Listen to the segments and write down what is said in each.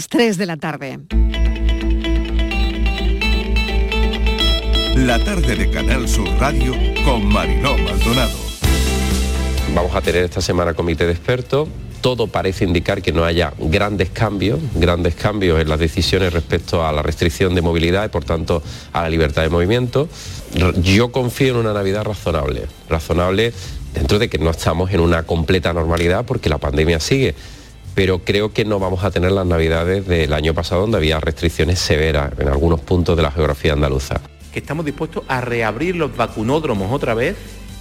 3 de la tarde. La tarde de Canal Sur Radio con Mariló Maldonado. Vamos a tener esta semana comité de expertos. Todo parece indicar que no haya grandes cambios en las decisiones respecto a la restricción de movilidad y por tanto a la libertad de movimiento. Yo confío en una Navidad razonable dentro de que no estamos en una completa normalidad porque la pandemia sigue, pero creo que no vamos a tener las Navidades del año pasado donde había restricciones severas en algunos puntos de la geografía andaluza. Que estamos dispuestos a reabrir los vacunódromos otra vez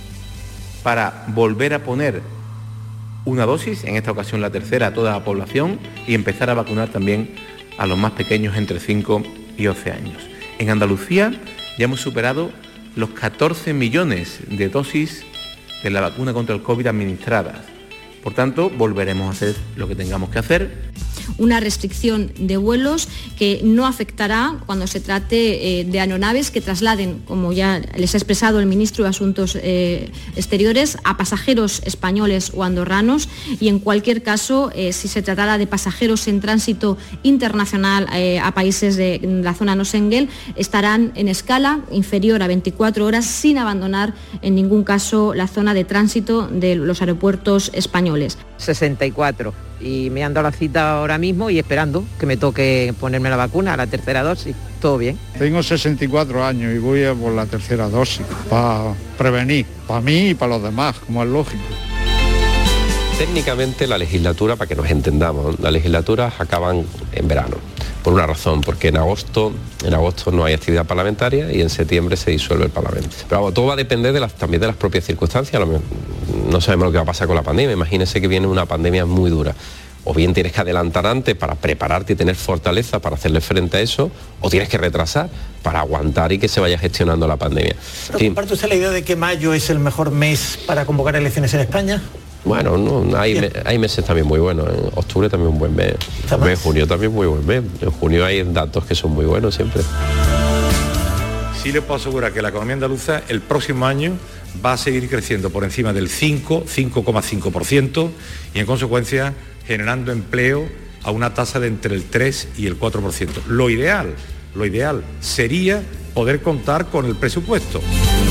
para volver a poner una dosis, en esta ocasión la tercera, a toda la población y empezar a vacunar también a los más pequeños entre 5 y 11 años. En Andalucía ya hemos superado los 14 millones de dosis de la vacuna contra el COVID administradas. Por tanto, volveremos a hacer lo que tengamos que hacer. Una restricción de vuelos que no afectará cuando se trate de aeronaves que trasladen, como ya les ha expresado el ministro de Asuntos Exteriores, a pasajeros españoles o andorranos y en cualquier caso, si se tratara de pasajeros en tránsito internacional a países de la zona no Schengen, estarán en escala inferior a 24 horas sin abandonar en ningún caso la zona de tránsito de los aeropuertos españoles. 64. Y me han dado la cita ahora mismo y esperando que me toque ponerme la vacuna, la tercera dosis. Todo bien. Tengo 64 años y voy a por la tercera dosis para prevenir, para mí y para los demás, como es lógico. Técnicamente la legislatura, para que nos entendamos, las legislaturas acaban en verano. Por una razón, porque en agosto no hay actividad parlamentaria y en septiembre se disuelve el Parlamento. Pero todo va a depender también de las propias circunstancias. No sabemos lo que va a pasar con la pandemia. Imagínense que viene una pandemia muy dura. O bien tienes que adelantar antes para prepararte y tener fortaleza para hacerle frente a eso, o tienes que retrasar para aguantar y que se vaya gestionando la pandemia. ¿Comparte usted la idea de que mayo es el mejor mes para convocar elecciones en España? Bueno, no, hay meses también muy buenos. En octubre también un buen mes. En junio también muy buen mes. En junio hay datos que son muy buenos siempre. Sí le puedo asegurar que la economía andaluza el próximo año va a seguir creciendo por encima del 5,5% y en consecuencia generando empleo a una tasa de entre el 3 y el 4%. Lo ideal sería poder contar con el presupuesto.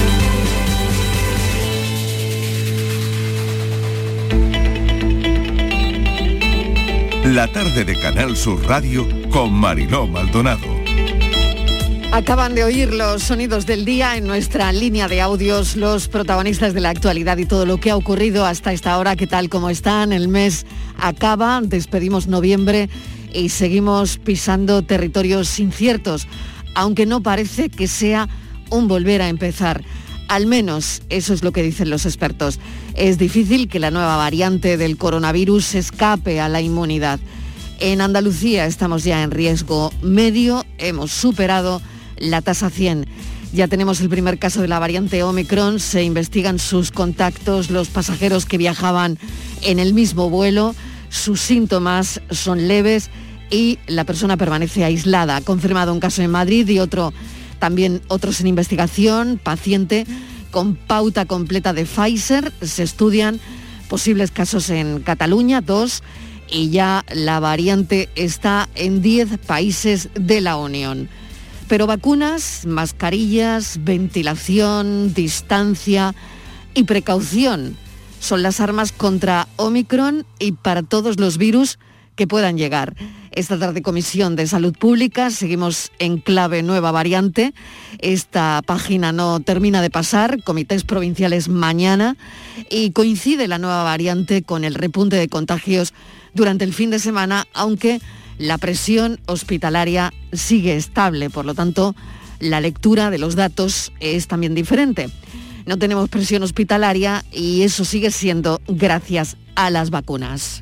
La tarde de Canal Sur Radio con Mariló Maldonado. Acaban de oír los sonidos del día en nuestra línea de audios, los protagonistas de la actualidad y todo lo que ha ocurrido hasta esta hora. ¿Qué tal? ¿Cómo están? El mes acaba, despedimos noviembre y seguimos pisando territorios inciertos, aunque no parece que sea un volver a empezar. Al menos eso es lo que dicen los expertos. Es difícil que la nueva variante del coronavirus escape a la inmunidad. En Andalucía estamos ya en riesgo medio, hemos superado la tasa 100. Ya tenemos el primer caso de la variante Omicron, se investigan sus contactos, los pasajeros que viajaban en el mismo vuelo, sus síntomas son leves y la persona permanece aislada. Ha confirmado un caso en Madrid y otros en investigación, paciente con pauta completa de Pfizer. Se estudian posibles casos en Cataluña, 2, y ya la variante está en 10 países de la Unión. Pero vacunas, mascarillas, ventilación, distancia y precaución son las armas contra Omicron y para todos los virus que puedan llegar. Esta tarde Comisión de Salud Pública, seguimos en clave nueva variante. Esta página no termina de pasar, comités provinciales mañana, y coincide la nueva variante con el repunte de contagios durante el fin de semana, aunque la presión hospitalaria sigue estable, por lo tanto, la lectura de los datos es también diferente. No tenemos presión hospitalaria y eso sigue siendo gracias a las vacunas.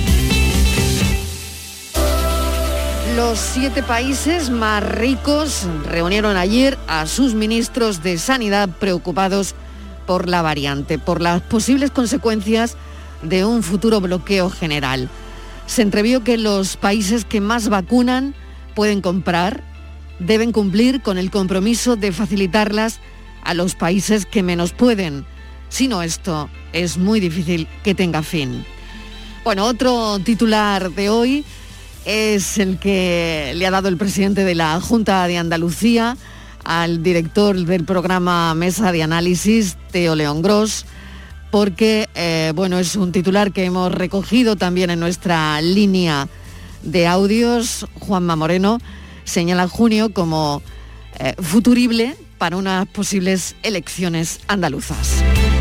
Los 7 países más ricos reunieron ayer a sus ministros de Sanidad preocupados por la variante, por las posibles consecuencias de un futuro bloqueo general. Se entrevió que los países que más vacunan pueden comprar, deben cumplir con el compromiso de facilitarlas a los países que menos pueden. Si no, esto es muy difícil que tenga fin. Bueno, otro titular de hoy es el que le ha dado el presidente de la Junta de Andalucía al director del programa Mesa de Análisis, Teo León Gros, porque es un titular que hemos recogido también en nuestra línea de audios. Juanma Moreno señala junio como futurible para unas posibles elecciones andaluzas.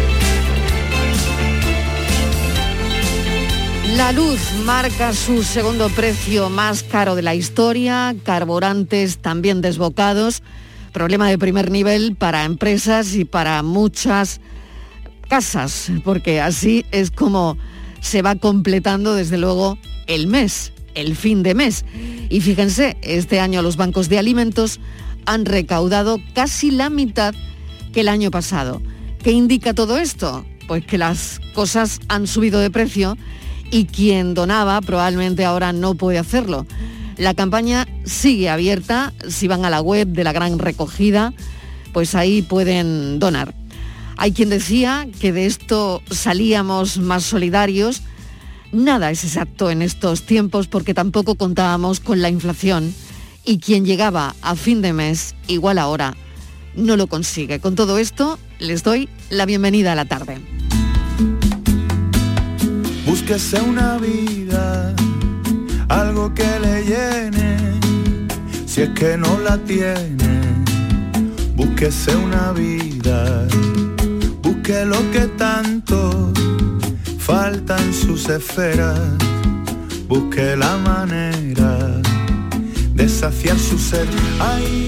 La luz marca su segundo precio más caro de la historia, carburantes también desbocados, problema de primer nivel para empresas y para muchas casas, porque así es como se va completando desde luego el mes, el fin de mes. Y fíjense, este año los bancos de alimentos han recaudado casi la mitad que el año pasado. ¿Qué indica todo esto? Pues que las cosas han subido de precio y quien donaba probablemente ahora no puede hacerlo. La campaña sigue abierta. Si van a la web de la Gran Recogida, pues ahí pueden donar. Hay quien decía que de esto salíamos más solidarios. Nada es exacto en estos tiempos porque tampoco contábamos con la inflación y quien llegaba a fin de mes, igual ahora, no lo consigue. Con todo esto, les doy la bienvenida a la tarde. Búsquese una vida, algo que le llene, si es que no la tiene. Búsquese una vida, busque lo que tanto falta en sus esferas. Busque la manera de saciar su sed. Ay,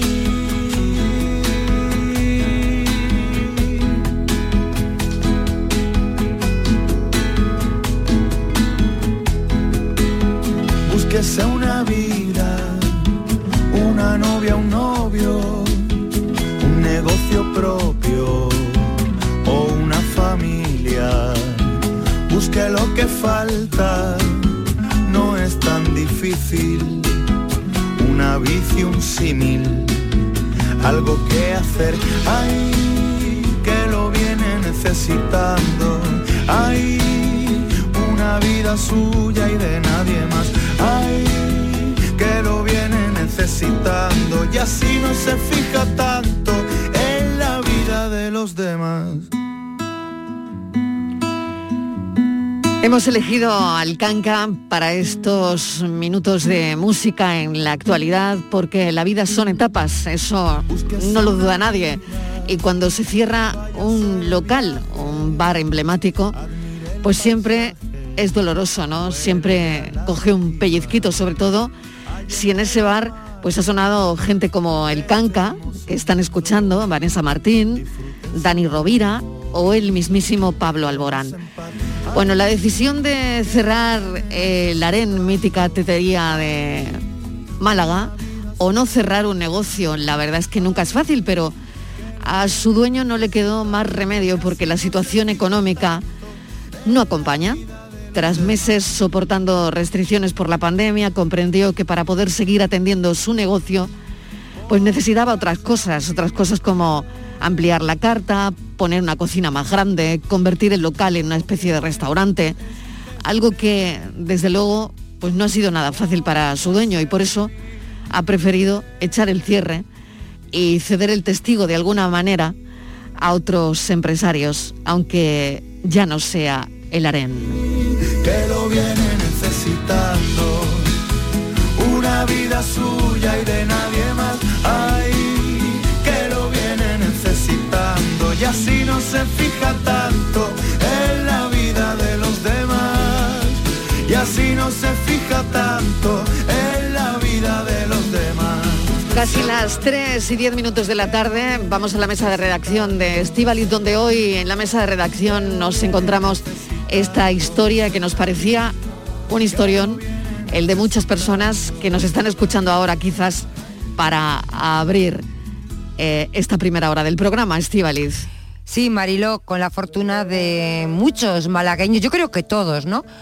búsquese una vida, una novia, un novio, un negocio propio o una familia. Busque lo que falta, no es tan difícil. Una bici, un símil, algo que hacer. Ay, que lo viene necesitando. Ay, una vida suya y de nadie más. Ay, que lo viene necesitando y así no se fija tanto en la vida de los demás. Hemos elegido al Kanka para estos minutos de música en la actualidad porque la vida son etapas, eso no lo duda nadie. Y cuando se cierra un local, un bar emblemático, pues siempre es doloroso, ¿no? Siempre coge un pellizquito, sobre todo si en ese bar pues ha sonado gente como el Kanka, que están escuchando, Vanessa Martín, Dani Rovira o el mismísimo Pablo Alborán. Bueno, la decisión de cerrar el Aren, mítica tetería de Málaga, o no cerrar un negocio, la verdad es que nunca es fácil, pero a su dueño no le quedó más remedio porque la situación económica no acompaña. Tras meses soportando restricciones por la pandemia, comprendió que para poder seguir atendiendo su negocio, pues necesitaba otras cosas como ampliar la carta, poner una cocina más grande, convertir el local en una especie de restaurante, algo que desde luego pues no ha sido nada fácil para su dueño y por eso ha preferido echar el cierre y ceder el testigo de alguna manera a otros empresarios, aunque ya no sea el Aren. Que lo viene necesitando, una vida suya y de nadie más. Ay, que lo viene necesitando y así no se fija tanto en la vida de los demás. Y así no se fija tanto en la vida de los demás. Casi las 3:10 de la tarde, vamos a la mesa de redacción de Estíbaliz, donde hoy en la mesa de redacción nos encontramos esta historia que nos parecía un historión, el de muchas personas que nos están escuchando ahora quizás para abrir esta primera hora del programa, Estíbaliz. Sí, Mariló, con la fortuna de muchos malagueños, yo creo que todos, ¿no?,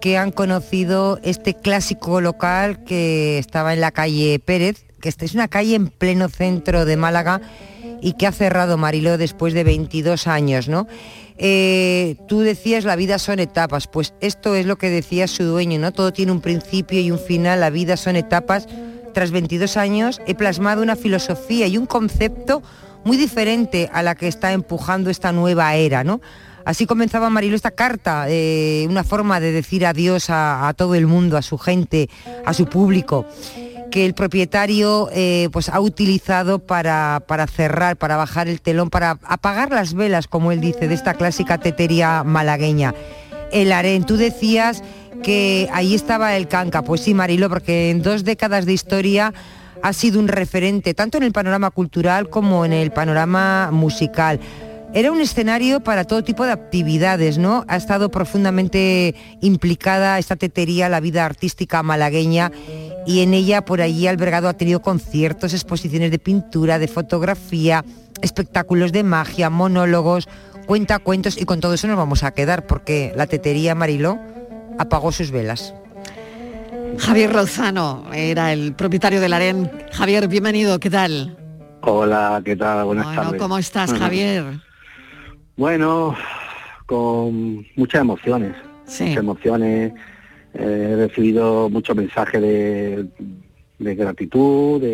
que han conocido este clásico local que estaba en la calle Pérez, que es una calle en pleno centro de Málaga y que ha cerrado, Mariló, después de 22 años, ¿no? Tú decías, la vida son etapas, pues esto es lo que decía su dueño, ¿no? Todo tiene un principio y un final, la vida son etapas. Tras 22 años he plasmado una filosofía y un concepto muy diferente a la que está empujando esta nueva era, ¿no? Así comenzaba, Mariló, esta carta, una forma de decir adiós a todo el mundo, a su gente, a su público, que el propietario pues ha utilizado para cerrar, para bajar el telón, para apagar las velas, como él dice, de esta clásica tetería malagueña. El harén, tú decías que ahí estaba el canca. Pues sí, Mariló, porque en 2 décadas de historia ha sido un referente, tanto en el panorama cultural como en el panorama musical. Era un escenario para todo tipo de actividades, ¿no? Ha estado profundamente implicada esta tetería, la vida artística malagueña, y en ella, por allí albergado, ha tenido conciertos, exposiciones de pintura, de fotografía, espectáculos de magia, monólogos, cuentacuentos, y con todo eso nos vamos a quedar, porque la tetería, Mariló, apagó sus velas. Javier Lozano era el propietario del harén. Javier, bienvenido, ¿qué tal? Hola, ¿qué tal? Buenas tardes. ¿Cómo estás, Javier? Bueno, con muchas emociones. Sí. Muchas emociones. He recibido muchos mensajes de gratitud,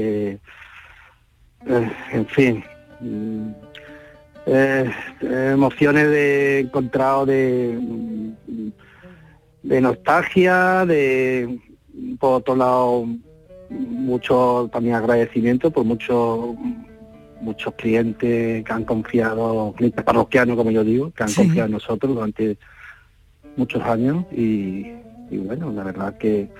en fin, emociones de encontrado de nostalgia, por otro lado mucho también agradecimiento por muchos clientes que han confiado, clientes parroquianos, como yo digo, que han confiado en nosotros durante muchos años, y bueno, la verdad que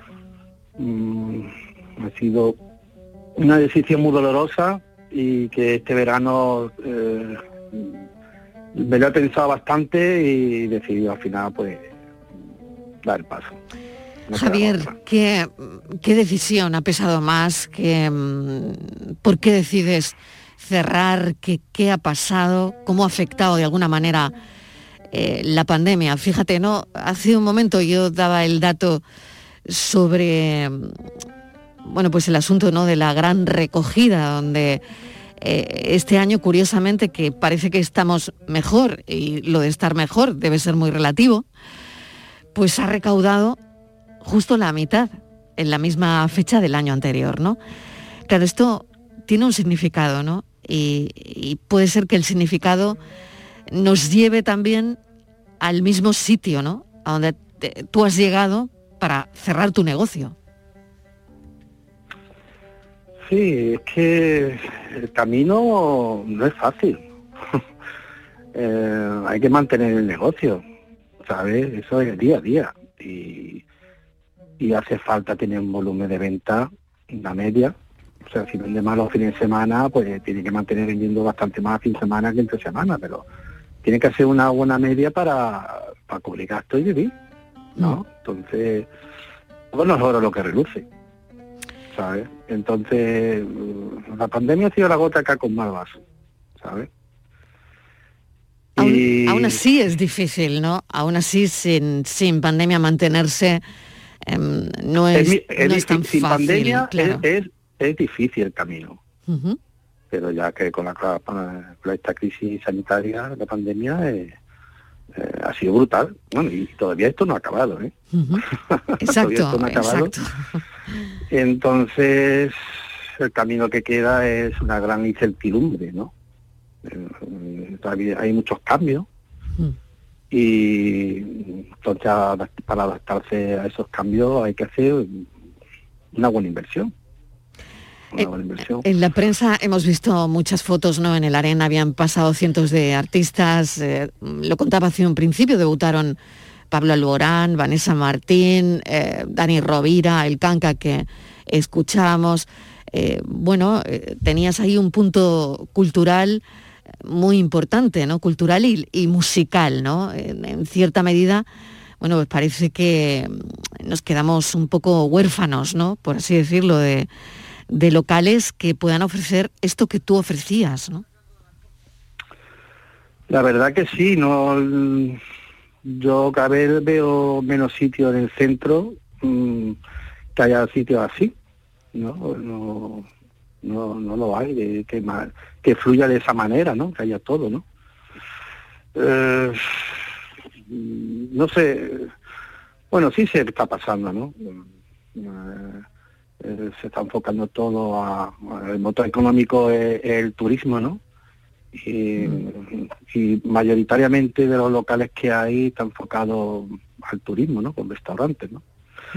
ha sido una decisión muy dolorosa, y que este verano me lo he pensado bastante y decidí al final pues dar el paso. Javier, ¿qué decisión ha pesado más? ¿Por qué decides cerrar? ¿Qué ha pasado? ¿Cómo ha afectado de alguna manera la pandemia? Fíjate, ¿no? Hace un momento yo daba el dato sobre, bueno, pues el asunto, ¿no?, de la gran recogida, donde este año, curiosamente, que parece que estamos mejor, y lo de estar mejor debe ser muy relativo, pues ha recaudado justo la mitad en la misma fecha del año anterior, ¿no? Claro, esto tiene un significado, ¿no? Y puede ser que el significado nos lleve también al mismo sitio, ¿no?, a donde tú has llegado para cerrar tu negocio. Sí, es que el camino no es fácil. Hay que mantener el negocio, ¿sabes? Eso es día a día. Y hace falta tener un volumen de venta, una media. O sea, si vende más los fines de semana, pues tiene que mantener vendiendo bastante más fin de semana que entre semana, pero tiene que hacer una buena media para cubrir gastos y vivir, ¿no? Entonces, bueno, es oro lo que reluce, ¿sabes? Entonces, la pandemia ha sido la gota que ha colmado el vaso, ¿sabes? Aún así es difícil, ¿no? Aún así, sin pandemia, mantenerse no es tan sin fácil. Pandemia, claro. es difícil el camino. Uh-huh. Pero ya que con esta crisis sanitaria, la pandemia ha sido brutal. Bueno, y todavía esto no ha acabado, ¿eh? Uh-huh. Exacto, no ha acabado. Exacto. Entonces, el camino que queda es una gran incertidumbre, ¿no? Todavía hay muchos cambios, y entonces para adaptarse a esos cambios hay que hacer una buena inversión. En la prensa hemos visto muchas fotos, ¿no? En el harén habían pasado cientos de artistas, lo contaba hace un principio, debutaron Pablo Alborán, Vanessa Martín, Dani Rovira, el canca que escuchábamos. Tenías ahí un punto cultural muy importante, ¿no? Cultural y musical, ¿no? En cierta medida, bueno, pues parece que nos quedamos un poco huérfanos, ¿no?, por así decirlo, de locales que puedan ofrecer esto que tú ofrecías, ¿no? La verdad que sí, no yo cada vez veo menos sitios en el centro que haya sitios así, no lo hay, que fluya de esa manera, ¿no? Que haya todo, ¿no? No sé, bueno, sí se está pasando, ¿no? Se está enfocando todo el motor económico es el turismo, ¿no? Y mayoritariamente de los locales que hay está enfocado al turismo, ¿no? Con restaurantes, ¿no?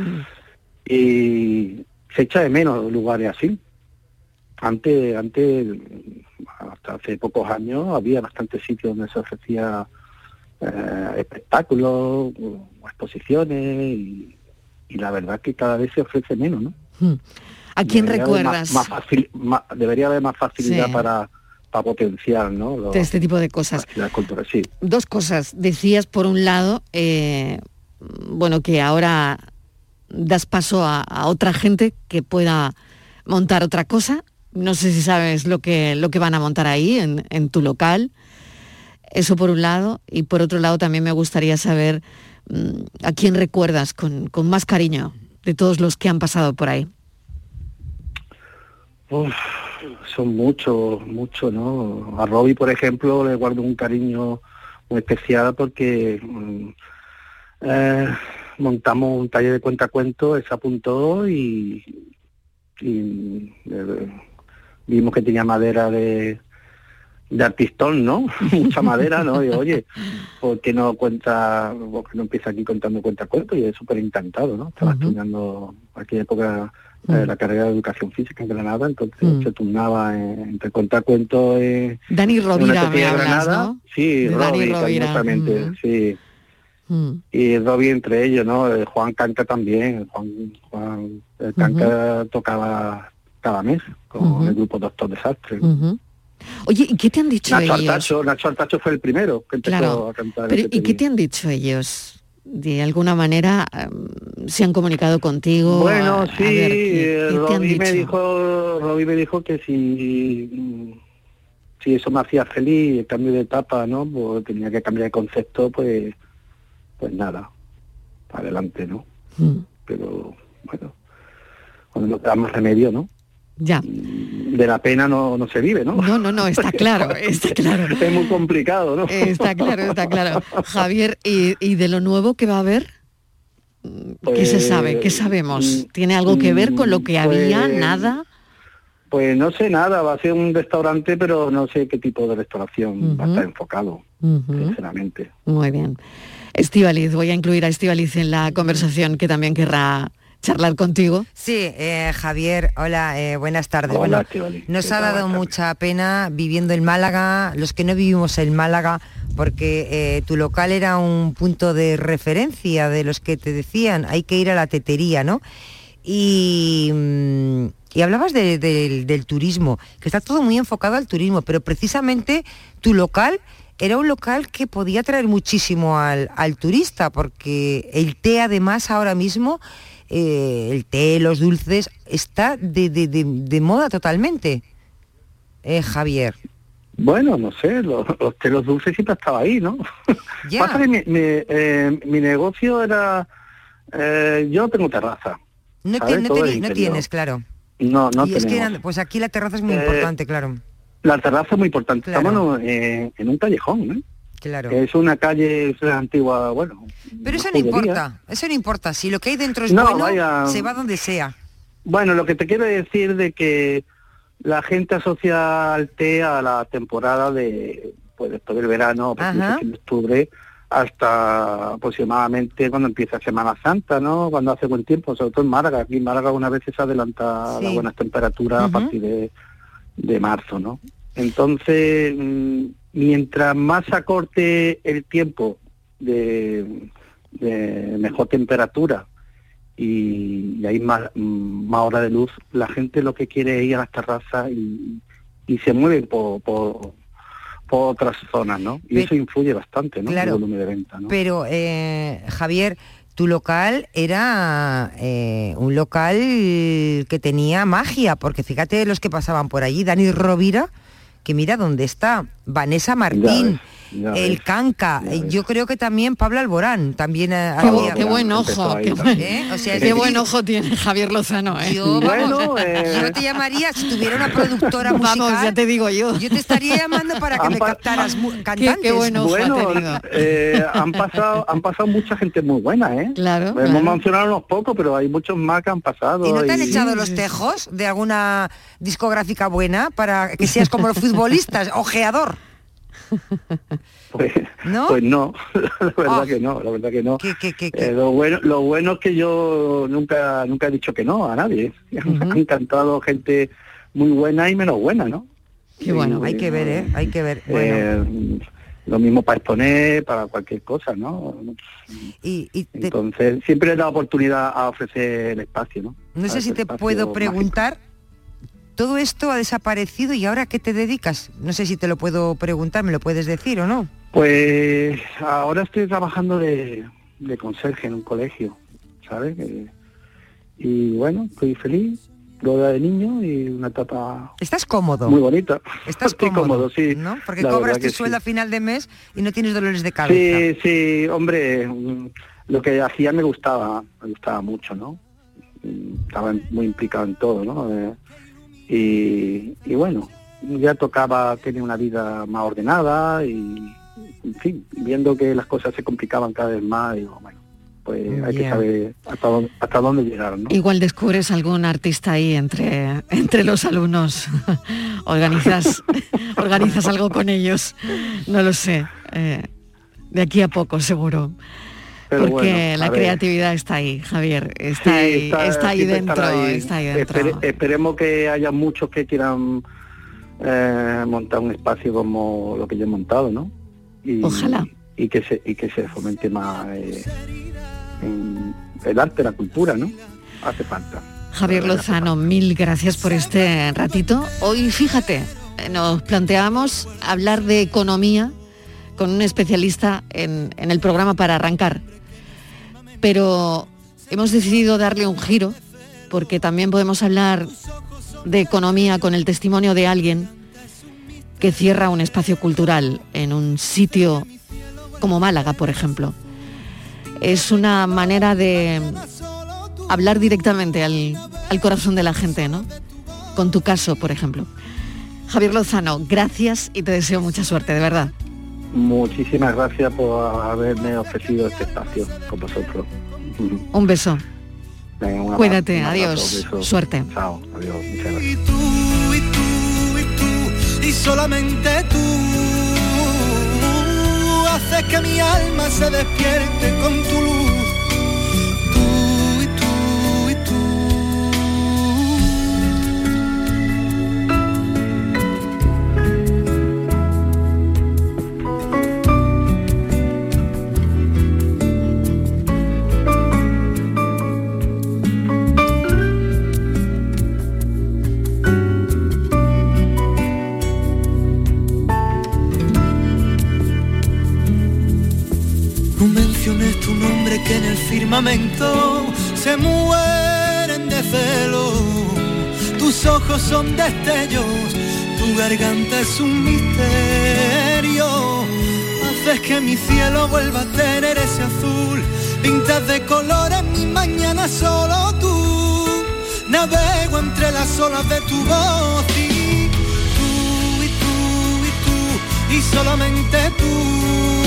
Y se echa de menos lugares así. Antes, hasta hace pocos años, había bastantes sitios donde se ofrecía espectáculos o exposiciones y la verdad que cada vez se ofrece menos, ¿no? ¿A quién recuerdas? Debería haber más facilidad sí. para potenciar, ¿no? De este tipo de cosas. Sí. Dos cosas. Decías, por un lado, bueno, que ahora das paso a otra gente que pueda montar otra cosa. No sé si sabes lo que van a montar ahí, en tu local. Eso por un lado. Y por otro lado también me gustaría saber a quién recuerdas con más cariño de todos los que han pasado por ahí. Son muchos, ¿no? A Robbie, por ejemplo, le guardo un cariño muy especial porque montamos un taller de cuentacuentos, él se apuntó y vimos que tenía madera de artistón, ¿no? Mucha madera, ¿no? Y oye, ¿por qué no empieza aquí contando cuentacuentos? Y es súper encantado, ¿no? Estaba estudiando aquella época la carrera de educación física en Granada, entonces se turnaba entre cuentacuentos. Dani Rovira me hablas, ¿no? Sí, Robbie, cariñosamente, sí. Y Robbie entre ellos, ¿no? Juan Canca también. Juan Canca tocaba cada mes con el grupo Doctor Desastre. Oye, ¿y qué te han dicho ellos? Nacho Artacho fue el primero que empezó a cantar. Pero, ¿y qué te han dicho ellos? De alguna manera se han comunicado contigo. Bueno, sí, Robbie me dijo que si eso me hacía feliz, el cambio de etapa, ¿no? Pues tenía que cambiar de concepto, pues nada, adelante, ¿no? Pero bueno, cuando no te da más remedio, ¿no? Ya. De la pena no se vive, ¿no? No, está claro. Es muy complicado, ¿no? Está claro. Javier, ¿y de lo nuevo que va a haber? ¿Qué se sabe? ¿Qué sabemos? ¿Tiene algo que ver con lo que había? ¿Nada? Pues no sé nada, va a ser un restaurante, pero no sé qué tipo de restauración va a estar enfocado, sinceramente. Muy bien. Estíbaliz, voy a incluir a Estíbaliz en la conversación, que también querrá charlar contigo. Sí, Javier, hola, buenas tardes. Hola, bueno, nos ha dado mucha pena viviendo en Málaga, los que no vivimos en Málaga, porque tu local era un punto de referencia de los que te decían, hay que ir a la tetería, ¿no? Y hablabas del turismo, que está todo muy enfocado al turismo, pero precisamente tu local era un local que podía atraer muchísimo al turista, porque el té además ahora mismo, el té, los dulces, está de moda totalmente, Javier. Bueno, no sé, los dulces siempre estaba ahí, ¿no? Ya. Pasa que mi negocio era... yo tengo terraza. No tienes, claro. No y es que pues aquí la terraza es muy importante, claro. La terraza es muy importante. Claro. Estamos en un callejón, ¿eh? Claro. Es una calle antigua, bueno. Pero eso no importa, si lo que hay dentro es bueno, se va donde sea. Bueno, lo que te quiero decir de que la gente asocia al té a la temporada después del verano, de octubre, hasta aproximadamente cuando empieza Semana Santa, ¿no? Cuando hace buen tiempo, sobre todo en Málaga. Aquí en Málaga una vez se adelanta las buenas temperaturas a partir de marzo, ¿no? Entonces, mientras más acorte el tiempo de mejor temperatura y hay más hora de luz, la gente lo que quiere es ir a las terrazas y se mueve por otras zonas, ¿no? Y eso influye bastante, ¿no? Claro, el volumen de venta, ¿no? Pero, Javier, tu local era un local que tenía magia, porque fíjate los que pasaban por allí, Dani Rovira, que mira dónde está, Vanessa Martín, el Canca, yo creo que también Pablo Alborán, también qué buen ojo, qué buen ojo tiene Javier Lozano, Yo te llamaría, si tuviera una productora musical, vamos, ya te digo yo te estaría llamando para que me captaras cantantes. Qué buen ojo ha tenido. Han pasado mucha gente muy buena, Claro. Hemos mencionado unos pocos, pero hay muchos más que han pasado. ¿Y no te han echado los tejos de alguna discográfica buena para que seas como los futbolistas, ojeador? Pues no, la verdad que no. Lo bueno es que yo nunca he dicho que no a nadie. Me ha encantado gente muy buena y menos buena, ¿no? Qué bueno, hay que ver, hay que ver. Bueno. Lo mismo para exponer, para cualquier cosa, ¿no? Entonces, siempre le da oportunidad a ofrecer el espacio, ¿no? No sé si te puedo preguntar, todo esto ha desaparecido y ahora ¿qué te dedicas? No sé si te lo puedo preguntar, ¿me lo puedes decir o no? Pues ahora estoy trabajando de conserje en un colegio, ¿sabes? Y bueno, estoy feliz, boda de niño y una etapa... ¿Estás cómodo? Muy bonita. ¿Estás cómodo, sí. ¿No? Porque cobras tu sueldo a final de mes y no tienes dolores de cabeza. Sí, hombre, lo que hacía me gustaba mucho, ¿no? Estaba muy implicado en todo, ¿no? Y bueno, ya tocaba tener una vida más ordenada y, en fin, viendo que las cosas se complicaban cada vez más, digo, bueno, pues hay que saber hasta dónde llegar, ¿no? Igual descubres algún artista ahí entre los alumnos, organizas algo con ellos, no lo sé, de aquí a poco seguro. Pero porque la creatividad está ahí, Javier, está ahí dentro. Esperemos que haya muchos que quieran montar un espacio como lo que yo he montado, ¿no? Ojalá. Y que se fomente más el arte, la cultura, ¿no? Hace falta. Javier Lozano, mil gracias por este ratito. Hoy, fíjate, nos planteábamos hablar de economía con un especialista en el programa para arrancar. Pero hemos decidido darle un giro porque también podemos hablar de economía con el testimonio de alguien que cierra un espacio cultural en un sitio como Málaga, por ejemplo. Es una manera de hablar directamente al corazón de la gente, ¿no? Con tu caso, por ejemplo. Javier Lozano, gracias y te deseo mucha suerte, de verdad. Muchísimas gracias por haberme ofrecido este espacio con vosotros. Un beso. Venga, cuídate, adiós. Suerte. Chao, adiós. Muchas gracias. Y tú, y solamente tú haces que mi alma se despierte con tu luz. Tu nombre que en el firmamento se mueren de celo. Tus ojos son destellos, tu garganta es un misterio. Haces que mi cielo vuelva a tener ese azul. Pintas de colores mi mañana solo tú. Navego entre las olas de tu voz y tú, y tú, y tú, y solamente tú.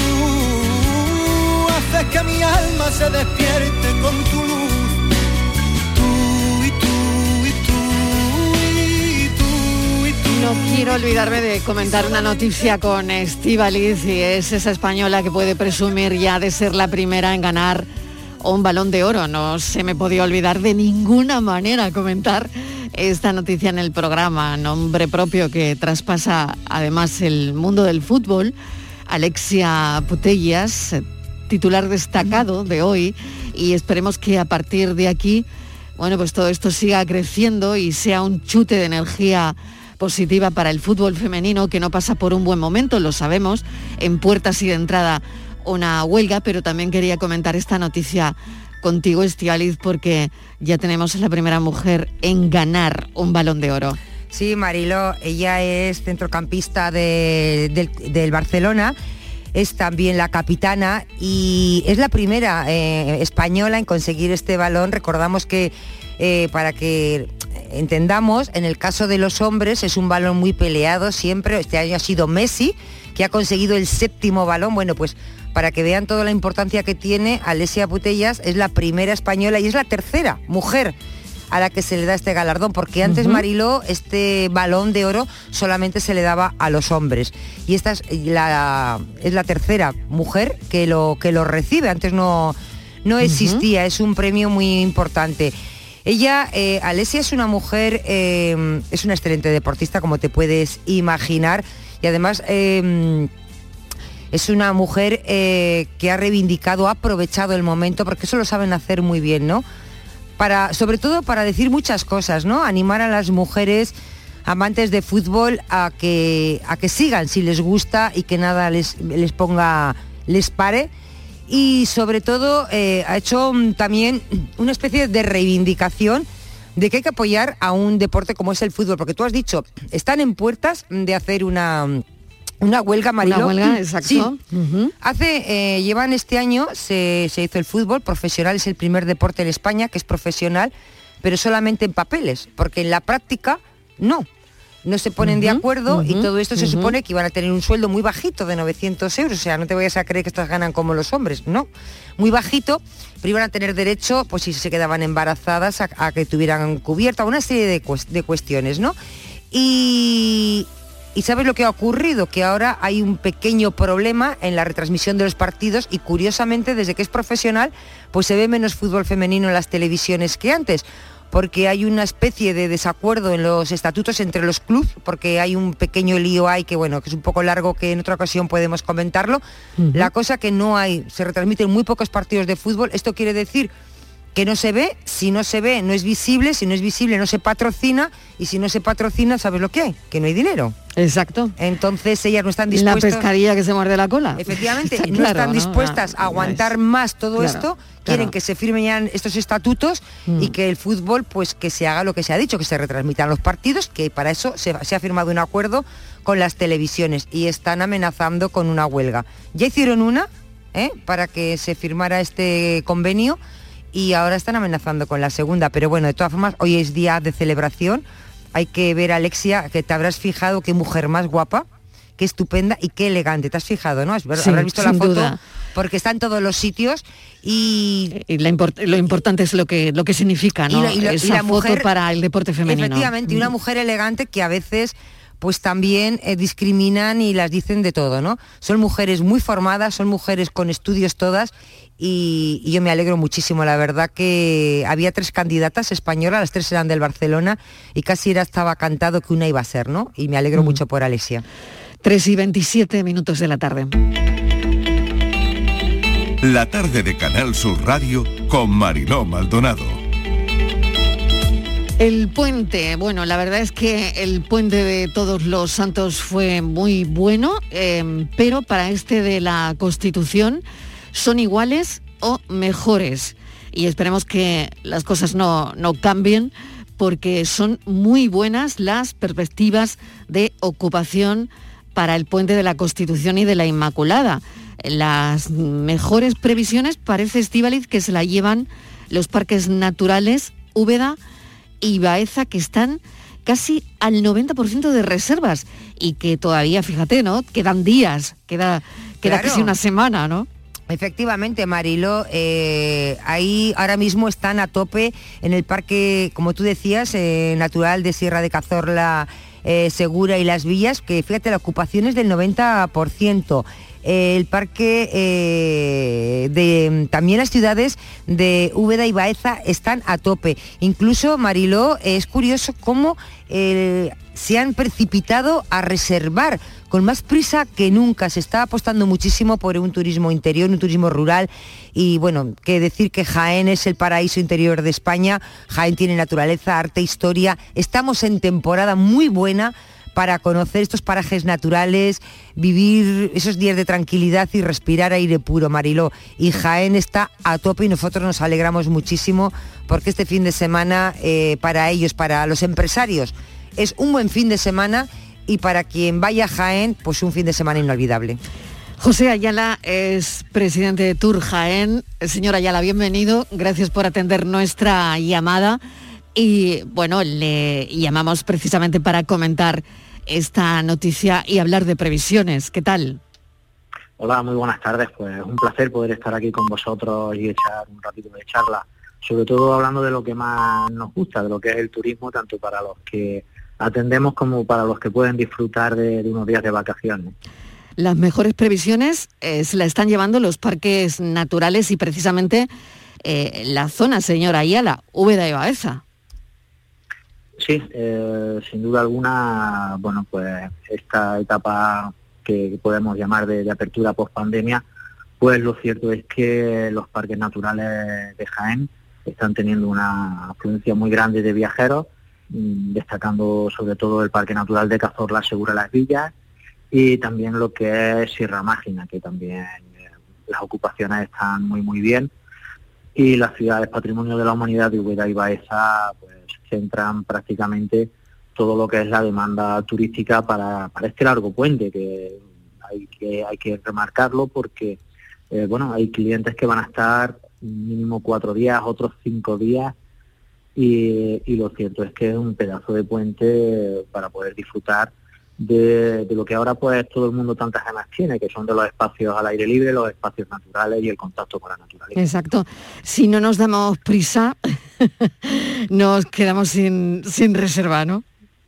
Haces que mi alma se despierte con tu luz. Tú y tú y tú y tú y tú. No quiero olvidarme de comentar una noticia con Estíbaliz, y es esa española que puede presumir ya de ser la primera en ganar un Balón de Oro. No se me podía olvidar de ninguna manera comentar esta noticia en el programa. Nombre propio que traspasa además el mundo del fútbol. Alexia Putellas, titular destacado de hoy, y esperemos que a partir de aquí, bueno, pues todo esto siga creciendo y sea un chute de energía positiva para el fútbol femenino, que no pasa por un buen momento, lo sabemos, en puertas y de entrada una huelga, pero también quería comentar esta noticia contigo, Estíbaliz, porque ya tenemos a la primera mujer en ganar un Balón de Oro. Sí, Mariló, ella es centrocampista del Barcelona, es también la capitana y es la primera española en conseguir este balón. Recordamos que, para que entendamos, en el caso de los hombres es un balón muy peleado siempre. Este año ha sido Messi, que ha conseguido el 7º balón. Bueno, pues para que vean toda la importancia que tiene, Alessia Putellas es la primera española y es la tercera mujer a la que se le da este galardón, porque antes, Mariló, este balón de oro solamente se le daba a los hombres. Y esta es la tercera mujer que lo recibe. Antes no existía, es un premio muy importante. Ella, Alessia, es una mujer, es una excelente deportista, como te puedes imaginar, y además es una mujer que ha reivindicado, ha aprovechado el momento, porque eso lo saben hacer muy bien, ¿no? Sobre todo para decir muchas cosas, ¿no? Animar a las mujeres amantes de fútbol a que sigan si les gusta y que nada les pare. Y sobre todo ha hecho también una especie de reivindicación de que hay que apoyar a un deporte como es el fútbol, porque tú has dicho, están en puertas de hacer una huelga, Mariló. Una huelga, exacto. Sí. Llevan este año, se hizo el fútbol profesional, es el primer deporte en España que es profesional, pero solamente en papeles, porque en la práctica no se ponen de acuerdo y todo esto se supone que iban a tener un sueldo muy bajito de 900 euros, o sea, no te vayas a creer que estas ganan como los hombres, no, muy bajito, pero iban a tener derecho, pues si se quedaban embarazadas, a que tuvieran cubierta una serie de cuestiones, ¿no? Y ¿sabes lo que ha ocurrido? Que ahora hay un pequeño problema en la retransmisión de los partidos y curiosamente desde que es profesional pues se ve menos fútbol femenino en las televisiones que antes, porque hay una especie de desacuerdo en los estatutos entre los clubes, porque hay un pequeño lío ahí que bueno, que es un poco largo, que en otra ocasión podemos comentarlo. La cosa que se retransmiten muy pocos partidos de fútbol. Esto quiere decir que no se ve, si no se ve no es visible, si no es visible no se patrocina, y si no se patrocina, ¿sabes lo que hay? Que no hay dinero. Exacto. Entonces ellas no están dispuestas... La pescadilla que se muerde la cola. Efectivamente, no están dispuestas a aguantar más todo esto, quieren que se firmen ya estos estatutos y que el fútbol, pues que se haga lo que se ha dicho, que se retransmitan los partidos, que para eso se ha firmado un acuerdo con las televisiones y están amenazando con una huelga. Ya hicieron una, para que se firmara este convenio, y ahora están amenazando con la segunda, pero bueno, de todas formas, hoy es día de celebración. Hay que ver a Alessia, que te habrás fijado qué mujer más guapa, qué estupenda y qué elegante. ¿Te has fijado, no? Habrás visto la foto, duda. Porque está en todos los sitios y lo importante es lo que significa, ¿no? Esa foto para el deporte femenino. Efectivamente, y una mujer elegante que a veces pues también discriminan y las dicen de todo, ¿no? Son mujeres muy formadas, son mujeres con estudios todas, y yo me alegro muchísimo. La verdad que había 3 candidatas españolas, las 3 eran del Barcelona y casi estaba cantado que una iba a ser, ¿no? Y me alegro mucho por Alessia. 3:27 de la tarde. La tarde de Canal Sur Radio con Mariló Maldonado. El puente, bueno, la verdad es que el puente de Todos los Santos fue muy bueno, pero para este de la Constitución son iguales o mejores. Y esperemos que las cosas no cambien, porque son muy buenas las perspectivas de ocupación para el puente de la Constitución y de la Inmaculada. Las mejores previsiones parece, Estíbaliz, que se la llevan los parques naturales Úbeda y Baeza, que están casi al 90% de reservas y que todavía, fíjate, ¿no? Quedan días, queda casi una semana, ¿no? Efectivamente, Mariló, ahí ahora mismo están a tope en el parque, como tú decías, natural de Sierra de Cazorla, Segura y Las Villas, que fíjate, la ocupación es del 90%. El parque también las ciudades de Úbeda y Baeza están a tope. Incluso, Mariló, es curioso cómo se han precipitado a reservar con más prisa que nunca. Se está apostando muchísimo por un turismo interior, un turismo rural, y bueno, que decir que Jaén es el paraíso interior de España. Jaén tiene naturaleza, arte, historia. Estamos en temporada muy buena para conocer estos parajes naturales, vivir esos días de tranquilidad y respirar aire puro, Mariló. Y Jaén está a tope y nosotros nos alegramos muchísimo porque este fin de semana para ellos, para los empresarios, es un buen fin de semana y para quien vaya a Jaén, pues un fin de semana inolvidable. José Ayala es presidente de Tour Jaén. Señor Ayala, bienvenido. Gracias por atender nuestra llamada. Y bueno, le llamamos precisamente para comentar esta noticia y hablar de previsiones. ¿Qué tal? Hola, muy buenas tardes. Pues un placer poder estar aquí con vosotros y echar un ratito de charla. Sobre todo hablando de lo que más nos gusta, de lo que es el turismo, tanto para los que atendemos como para los que pueden disfrutar de unos días de vacaciones. Las mejores previsiones se la están llevando los parques naturales y precisamente la zona, señora Ayala, Úbeda y Baeza. Sí, sin duda alguna, bueno, pues esta etapa que podemos llamar de apertura post-pandemia, pues lo cierto es que los parques naturales de Jaén están teniendo una afluencia muy grande de viajeros, destacando sobre todo el Parque Natural de Cazorla, Segura Las Villas, y también lo que es Sierra Mágina, que también las ocupaciones están muy bien, y las ciudades Patrimonio de la Humanidad de Úbeda y Baeza pues centran prácticamente todo lo que es la demanda turística para este largo puente, que hay que remarcarlo porque bueno, hay clientes que van a estar mínimo 4 días, otros 5 días, y lo cierto es que es un pedazo de puente para poder disfrutar de lo que ahora pues todo el mundo tantas ganas tiene, que son de los espacios al aire libre, los espacios naturales y el contacto con la naturaleza. Exacto. Si no nos damos prisa, nos quedamos sin reserva, ¿no?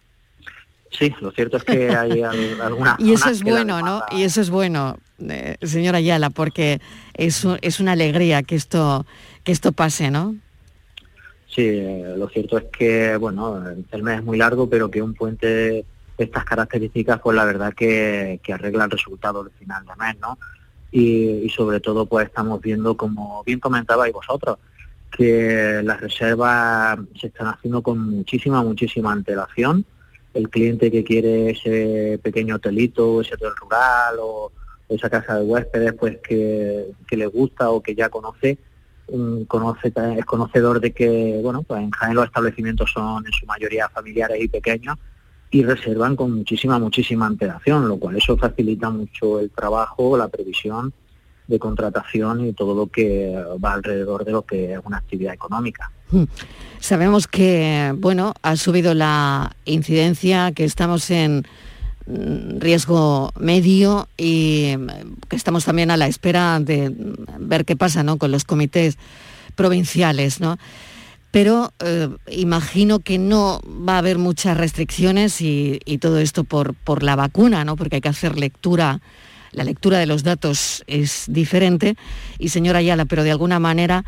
Sí, lo cierto es que hay algunas... Y eso es bueno, ¿no? Y eso es bueno, señora Ayala, porque es una alegría que esto pase, ¿no? Sí, lo cierto es que, bueno, el mes es muy largo, pero que un puente de estas características, pues la verdad que arregla el resultado del final de mes, ¿no? Y sobre todo, pues estamos viendo, como bien comentabais vosotros, que las reservas se están haciendo con muchísima antelación. El cliente que quiere ese pequeño hotelito, ese hotel rural o esa casa de huéspedes, pues que le gusta o que ya conoce, es conocedor de que, bueno, pues en Jaén los establecimientos son en su mayoría familiares y pequeños y reservan con muchísima antelación, lo cual eso facilita mucho el trabajo, la previsión de contratación y todo lo que va alrededor de lo que es una actividad económica. Sabemos que, bueno, ha subido la incidencia, que estamos en riesgo medio y que estamos también a la espera de ver qué pasa, ¿no?, con los comités provinciales, ¿no? Pero imagino que no va a haber muchas restricciones y todo esto por la vacuna, ¿no? Porque hay que hacer la lectura de los datos es diferente. Y señora Ayala, pero de alguna manera,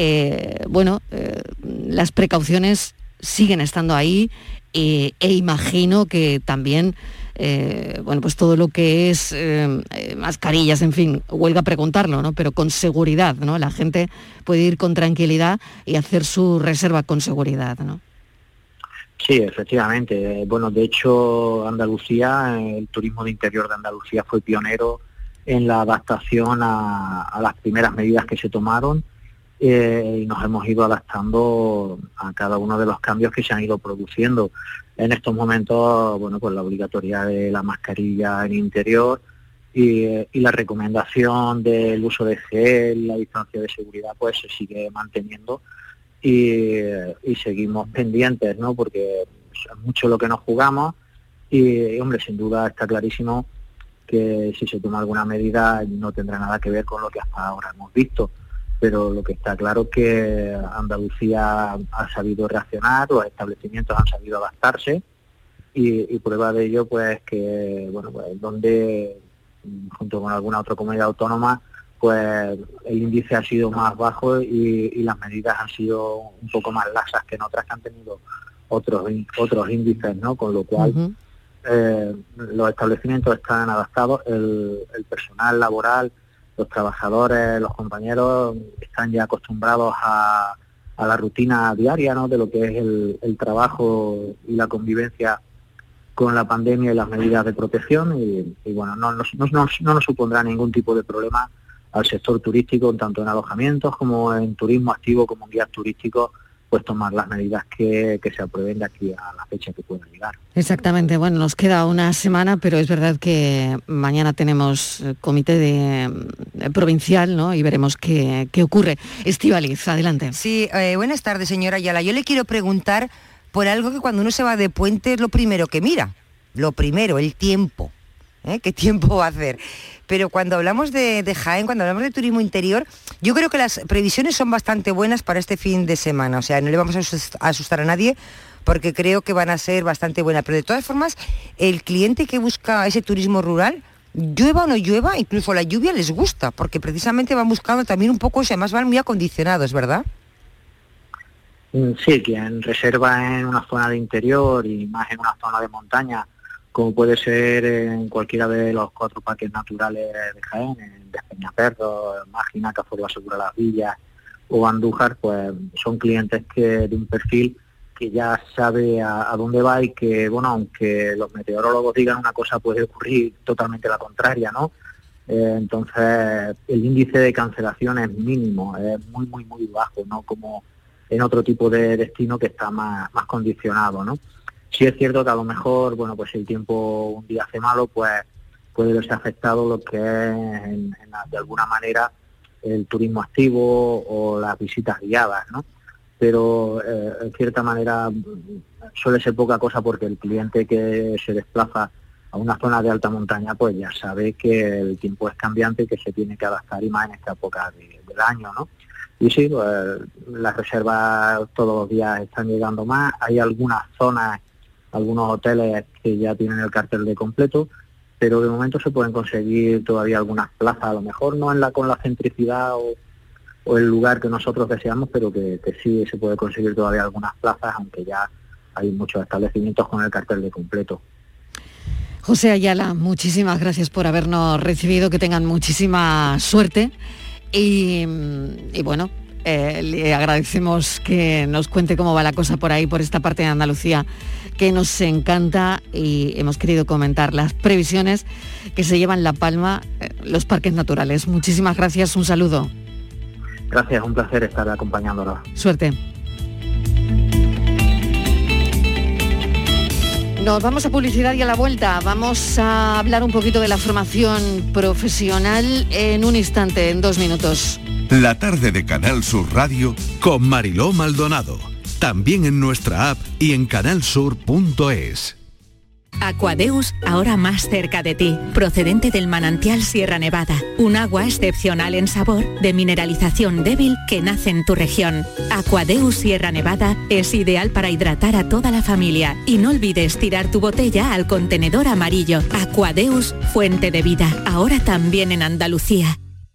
las precauciones siguen estando ahí e imagino que también, pues todo lo que es mascarillas, en fin, huelga preguntarlo, ¿no? Pero con seguridad, ¿no? La gente puede ir con tranquilidad y hacer su reserva con seguridad, ¿no? Sí, efectivamente. Bueno, de hecho, Andalucía, el turismo de interior de Andalucía fue pionero en la adaptación a las primeras medidas que se tomaron y nos hemos ido adaptando a cada uno de los cambios que se han ido produciendo. En estos momentos, bueno, pues la obligatoriedad de la mascarilla en interior y la recomendación del uso de gel, la distancia de seguridad, pues se sigue manteniendo. Y seguimos pendientes, ¿no? Porque es mucho lo que nos jugamos y, hombre, sin duda está clarísimo que si se toma alguna medida no tendrá nada que ver con lo que hasta ahora hemos visto, pero lo que está claro es que Andalucía ha sabido reaccionar, los establecimientos han sabido adaptarse y prueba de ello, pues que, bueno, pues donde junto con alguna otra comunidad autónoma, pues el índice ha sido más bajo y las medidas han sido un poco más laxas que en otras que han tenido otros índices, ¿no? Con lo cual los establecimientos están adaptados, el personal laboral, los trabajadores, los compañeros están ya acostumbrados a la rutina diaria, ¿no?, de lo que es el trabajo y la convivencia con la pandemia y las medidas de protección y bueno, no nos supondrá ningún tipo de problema al sector turístico, tanto en alojamientos como en turismo activo, como en guías turísticos, pues tomar las medidas que se aprueben de aquí a la fecha que pueda llegar. Exactamente, bueno, nos queda una semana, pero es verdad que mañana tenemos comité provincial, ¿no? Y veremos qué ocurre. Estíbaliz, adelante. Sí, buenas tardes, señora Ayala. Yo le quiero preguntar por algo que cuando uno se va de puente es lo primero que mira. Lo primero, el tiempo. ¿Qué tiempo va a hacer? Pero cuando hablamos de Jaén, cuando hablamos de turismo interior, yo creo que las previsiones son bastante buenas para este fin de semana. O sea, no le vamos a asustar a nadie porque creo que van a ser bastante buenas. Pero de todas formas, el cliente que busca ese turismo rural, llueva o no llueva, incluso la lluvia les gusta, porque precisamente van buscando también un poco, o sea, además van muy acondicionados, ¿verdad? Sí, quien reserva en una zona de interior y más en una zona de montaña, como puede ser en cualquiera de los 4 parques naturales de Jaén, en Despeñaperro, Mágina, Caforba Segura Las Villas o Andújar, pues son clientes que de un perfil que ya sabe a dónde va y que, bueno, aunque los meteorólogos digan una cosa, puede ocurrir totalmente la contraria, ¿no? Entonces, el índice de cancelación es mínimo, es muy, muy, muy bajo, ¿no? Como en otro tipo de destino que está más condicionado, ¿no? Sí es cierto que a lo mejor, bueno, pues si el tiempo un día hace malo, pues puede verse afectado lo que es, de alguna manera, el turismo activo o las visitas guiadas, ¿no? Pero, en cierta manera, suele ser poca cosa porque el cliente que se desplaza a una zona de alta montaña, pues ya sabe que el tiempo es cambiante y que se tiene que adaptar, y más en esta época del año, ¿no? Y sí, pues, las reservas todos los días están llegando más. Hay algunas zonas, algunos hoteles que ya tienen el cartel de completo, pero de momento se pueden conseguir todavía algunas plazas, a lo mejor no con la centricidad o el lugar que nosotros deseamos, pero que sí se puede conseguir todavía algunas plazas, aunque ya hay muchos establecimientos con el cartel de completo. José Ayala, muchísimas gracias por habernos recibido, que tengan muchísima suerte y bueno, le agradecemos que nos cuente cómo va la cosa por ahí, por esta parte de Andalucía que nos encanta, y hemos querido comentar las previsiones que se llevan la palma los parques naturales. Muchísimas gracias, un saludo. Gracias, un placer estar acompañándolos. Suerte. Nos vamos a publicidad y a la vuelta vamos a hablar un poquito de la formación profesional en un instante, en 2 minutos. La tarde de Canal Sur Radio con Mariló Maldonado. También en nuestra app y en canalsur.es. Aquadeus, ahora más cerca de ti, procedente del manantial Sierra Nevada, un agua excepcional en sabor, de mineralización débil que nace en tu región. Aquadeus Sierra Nevada es ideal para hidratar a toda la familia, y no olvides tirar tu botella al contenedor amarillo. Aquadeus, fuente de vida, ahora también en Andalucía.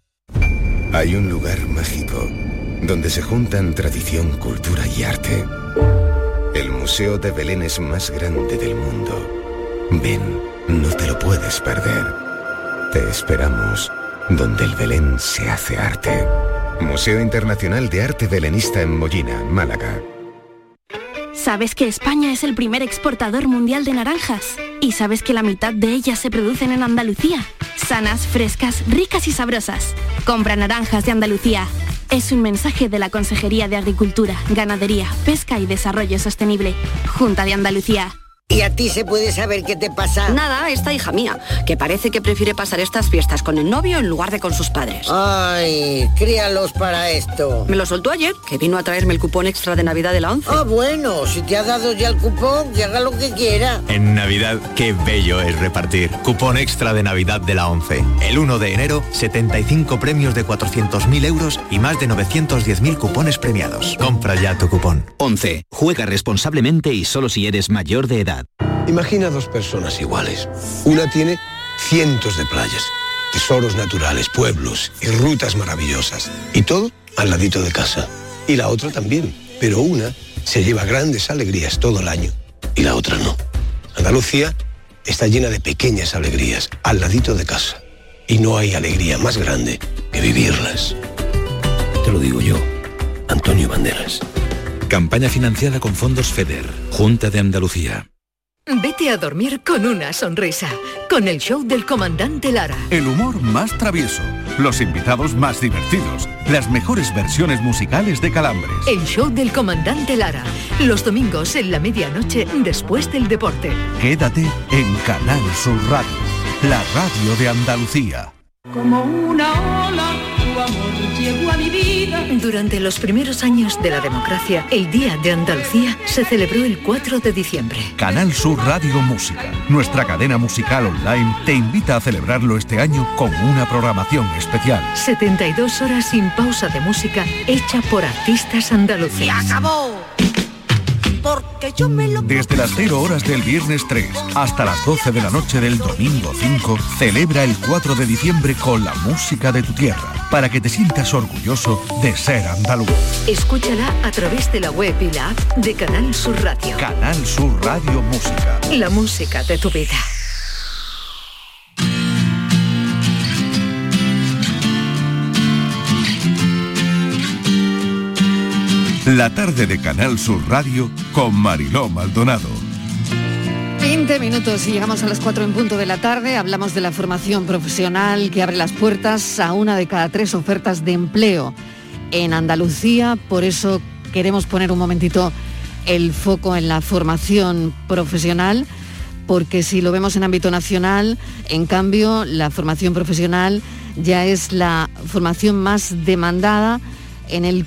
Hay un lugar mágico donde se juntan tradición, cultura y arte. El Museo de Belén es más grande del mundo. Ven, no te lo puedes perder. Te esperamos donde el Belén se hace arte. Museo Internacional de Arte Belenista en Mollina, Málaga. ¿Sabes que España es el primer exportador mundial de naranjas? ¿Y sabes que la mitad de ellas se producen en Andalucía? Sanas, frescas, ricas y sabrosas. Compra naranjas de Andalucía. Es un mensaje de la Consejería de Agricultura, Ganadería, Pesca y Desarrollo Sostenible. Junta de Andalucía. ¿Y a ti se puede saber qué te pasa? Nada, esta hija mía, que parece que prefiere pasar estas fiestas con el novio en lugar de con sus padres. Ay, críalos para esto. Me lo soltó ayer, que vino a traerme el cupón extra de Navidad de la 11. Ah, bueno, si te ha dado ya el cupón, que haga lo que quiera. En Navidad, qué bello es repartir. Cupón extra de Navidad de la 11. El 1 de enero, 75 premios de 400.000 euros y más de 910.000 cupones premiados. Compra ya tu cupón. 11. Juega responsablemente y solo si eres mayor de edad. Imagina 2 personas iguales. Una tiene cientos de playas, tesoros naturales, pueblos y rutas maravillosas. Y todo al ladito de casa. Y la otra también. Pero una se lleva grandes alegrías todo el año y la otra no. Andalucía está llena de pequeñas alegrías al ladito de casa. Y no hay alegría más grande que vivirlas. Te lo digo yo, Antonio Banderas. Campaña financiada con fondos FEDER, Junta de Andalucía. Vete a dormir con una sonrisa, con el show del comandante Lara. El humor más travieso, los invitados más divertidos, las mejores versiones musicales de Calambres. El show del comandante Lara, los domingos en la medianoche después del deporte. Quédate en Canal Sur Radio, la radio de Andalucía. Como una ola, tu amor llegó a mi vida. Durante los primeros años de la democracia, el Día de Andalucía se celebró el 4 de diciembre. Canal Sur Radio Música, nuestra cadena musical online, te invita a celebrarlo este año con una programación especial. 72 horas sin pausa de música hecha por artistas andaluces. ¡Se acabó! Porque yo me lo... Desde las 0 horas del viernes 3 hasta las 12 de la noche del domingo 5, celebra el 4 de diciembre con la música de tu tierra, para que te sientas orgulloso de ser andaluz. Escúchala a través de la web y la app de Canal Sur Radio. Canal Sur Radio Música. La música de tu vida. La tarde de Canal Sur Radio con Mariló Maldonado. 20 minutos y llegamos a las 4 en punto de la tarde. Hablamos de la formación profesional que abre las puertas a 1 de cada 3 ofertas de empleo en Andalucía. Por eso queremos poner un momentito el foco en la formación profesional, porque si lo vemos en ámbito nacional, en cambio, la formación profesional ya es la formación más demandada en el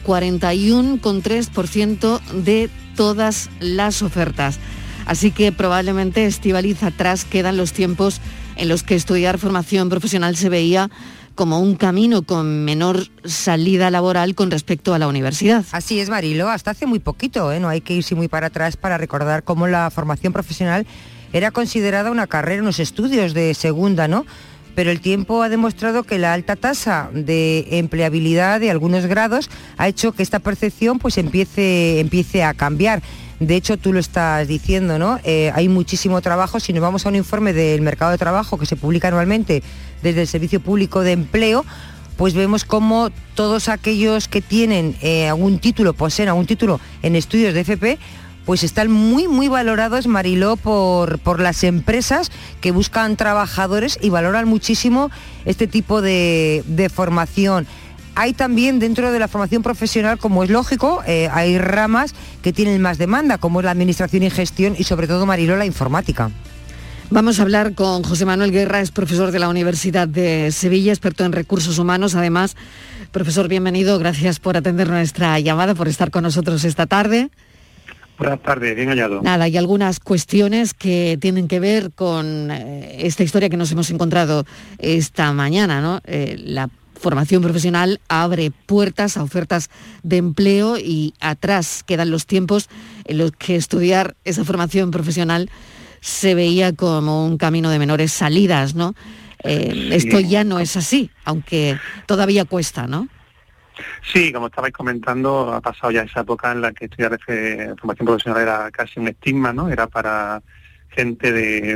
41,3% de todas las ofertas. Así que probablemente, Estíbaliz, atrás quedan los tiempos en los que estudiar formación profesional se veía como un camino con menor salida laboral con respecto a la universidad. Así es, Marilo, hasta hace muy poquito, no hay que irse muy para atrás para recordar cómo la formación profesional era considerada una carrera, unos estudios de segunda, ¿no? Pero el tiempo ha demostrado que la alta tasa de empleabilidad de algunos grados ha hecho que esta percepción pues empiece a cambiar. De hecho, tú lo estás diciendo, ¿no? Hay muchísimo trabajo. Si nos vamos a un informe del mercado de trabajo que se publica anualmente desde el Servicio Público de Empleo, pues vemos cómo todos aquellos que tienen poseen algún título en estudios de FP, pues están muy, muy valorados, Mariló, por las empresas que buscan trabajadores y valoran muchísimo este tipo de formación. Hay también dentro de la formación profesional, como es lógico, hay ramas que tienen más demanda, como es la administración y gestión y sobre todo, Mariló, la informática. Vamos a hablar con José Manuel Guerra, es profesor de la Universidad de Sevilla, experto en recursos humanos. Además, profesor, bienvenido, gracias por atender nuestra llamada, por estar con nosotros esta tarde. Buenas tardes, bien hallado. Nada, hay algunas cuestiones que tienen que ver con esta historia que nos hemos encontrado esta mañana, ¿no? La formación profesional abre puertas a ofertas de empleo y atrás quedan los tiempos en los que estudiar esa formación profesional se veía como un camino de menores salidas, ¿no? Sí. Esto ya no es así, aunque todavía cuesta, ¿no? Sí, como estabais comentando, ha pasado ya esa época en la que estudiar formación profesional era casi un estigma, ¿no? Era para gente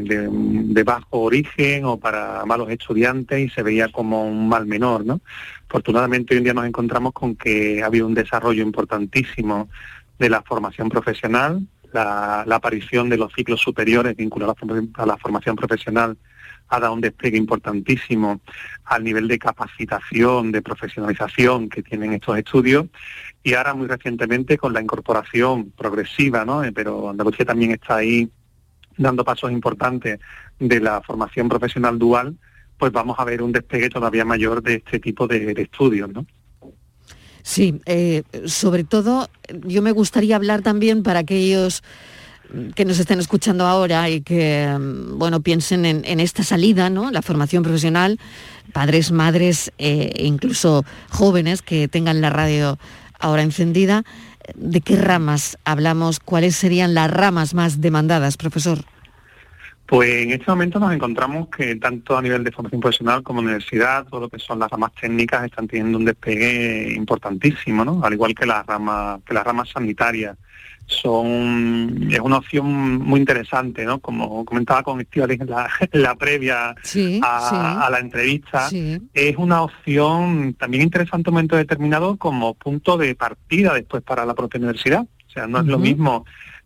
de bajo origen o para malos estudiantes y se veía como un mal menor, ¿no? Afortunadamente hoy en día nos encontramos con que ha habido un desarrollo importantísimo de la formación profesional, la aparición de los ciclos superiores vinculados a la formación profesional ha dado un despliegue importantísimo al nivel de capacitación, de profesionalización que tienen estos estudios y ahora muy recientemente con la incorporación progresiva, ¿no? Pero Andalucía también está ahí dando pasos importantes de la formación profesional dual, pues vamos a ver un despegue todavía mayor de este tipo de estudios, ¿no? Sí, sobre todo yo me gustaría hablar también para aquellos que nos estén escuchando ahora y que, bueno, piensen en esta salida, ¿no? La formación profesional, padres, madres, incluso jóvenes que tengan la radio ahora encendida. ¿De qué ramas hablamos? ¿Cuáles serían las ramas más demandadas, profesor? Pues en este momento nos encontramos que tanto a nivel de formación profesional como universidad, todo lo que son las ramas técnicas están teniendo un despegue importantísimo, ¿no? Al igual que las ramas sanitarias. Es una opción muy interesante, ¿no? Como comentaba con Estíbaliz en la previa a la entrevista, es una opción también interesante en un momento determinado como punto de partida después para la propia universidad. O sea, no es lo mismo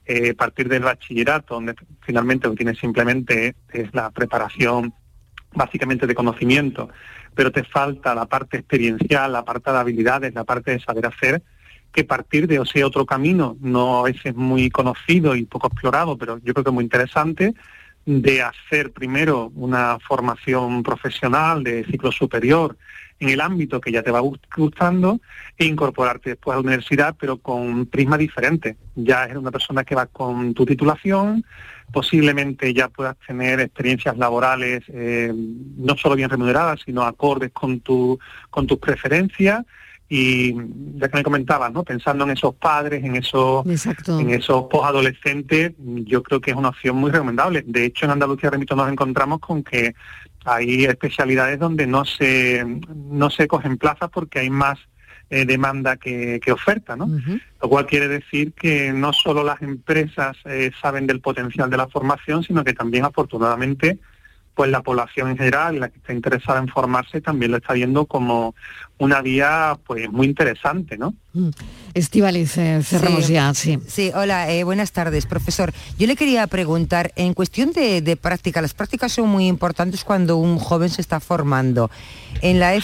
partir del bachillerato, donde finalmente lo tienes simplemente es la preparación básicamente de conocimiento, pero te falta la parte experiencial, la parte de habilidades, la parte de saber hacer, que partir de ese otro camino, no a veces muy conocido y poco explorado, pero yo creo que muy interesante, de hacer primero una formación profesional de ciclo superior en el ámbito que ya te va gustando e incorporarte después a la universidad, pero con un prisma diferente. Ya eres una persona que va con tu titulación, posiblemente ya puedas tener experiencias laborales no solo bien remuneradas, sino acordes con tus preferencias. Y ya que me comentabas, ¿no?, pensando en esos padres, en esos posadolescentes, yo creo que es una opción muy recomendable. De hecho, en Andalucía, repito, nos encontramos con que hay especialidades donde no se cogen plazas porque hay más demanda que oferta, ¿no? Uh-huh. Lo cual quiere decir que no solo las empresas saben del potencial de la formación, sino que también, afortunadamente, pues la población en general, la que está interesada en formarse, también lo está viendo como una vía pues muy interesante, ¿no? Estíbaliz, cerramos ya, sí. Sí, hola, buenas tardes, profesor. Yo le quería preguntar, en cuestión de práctica, las prácticas son muy importantes cuando un joven se está formando. En la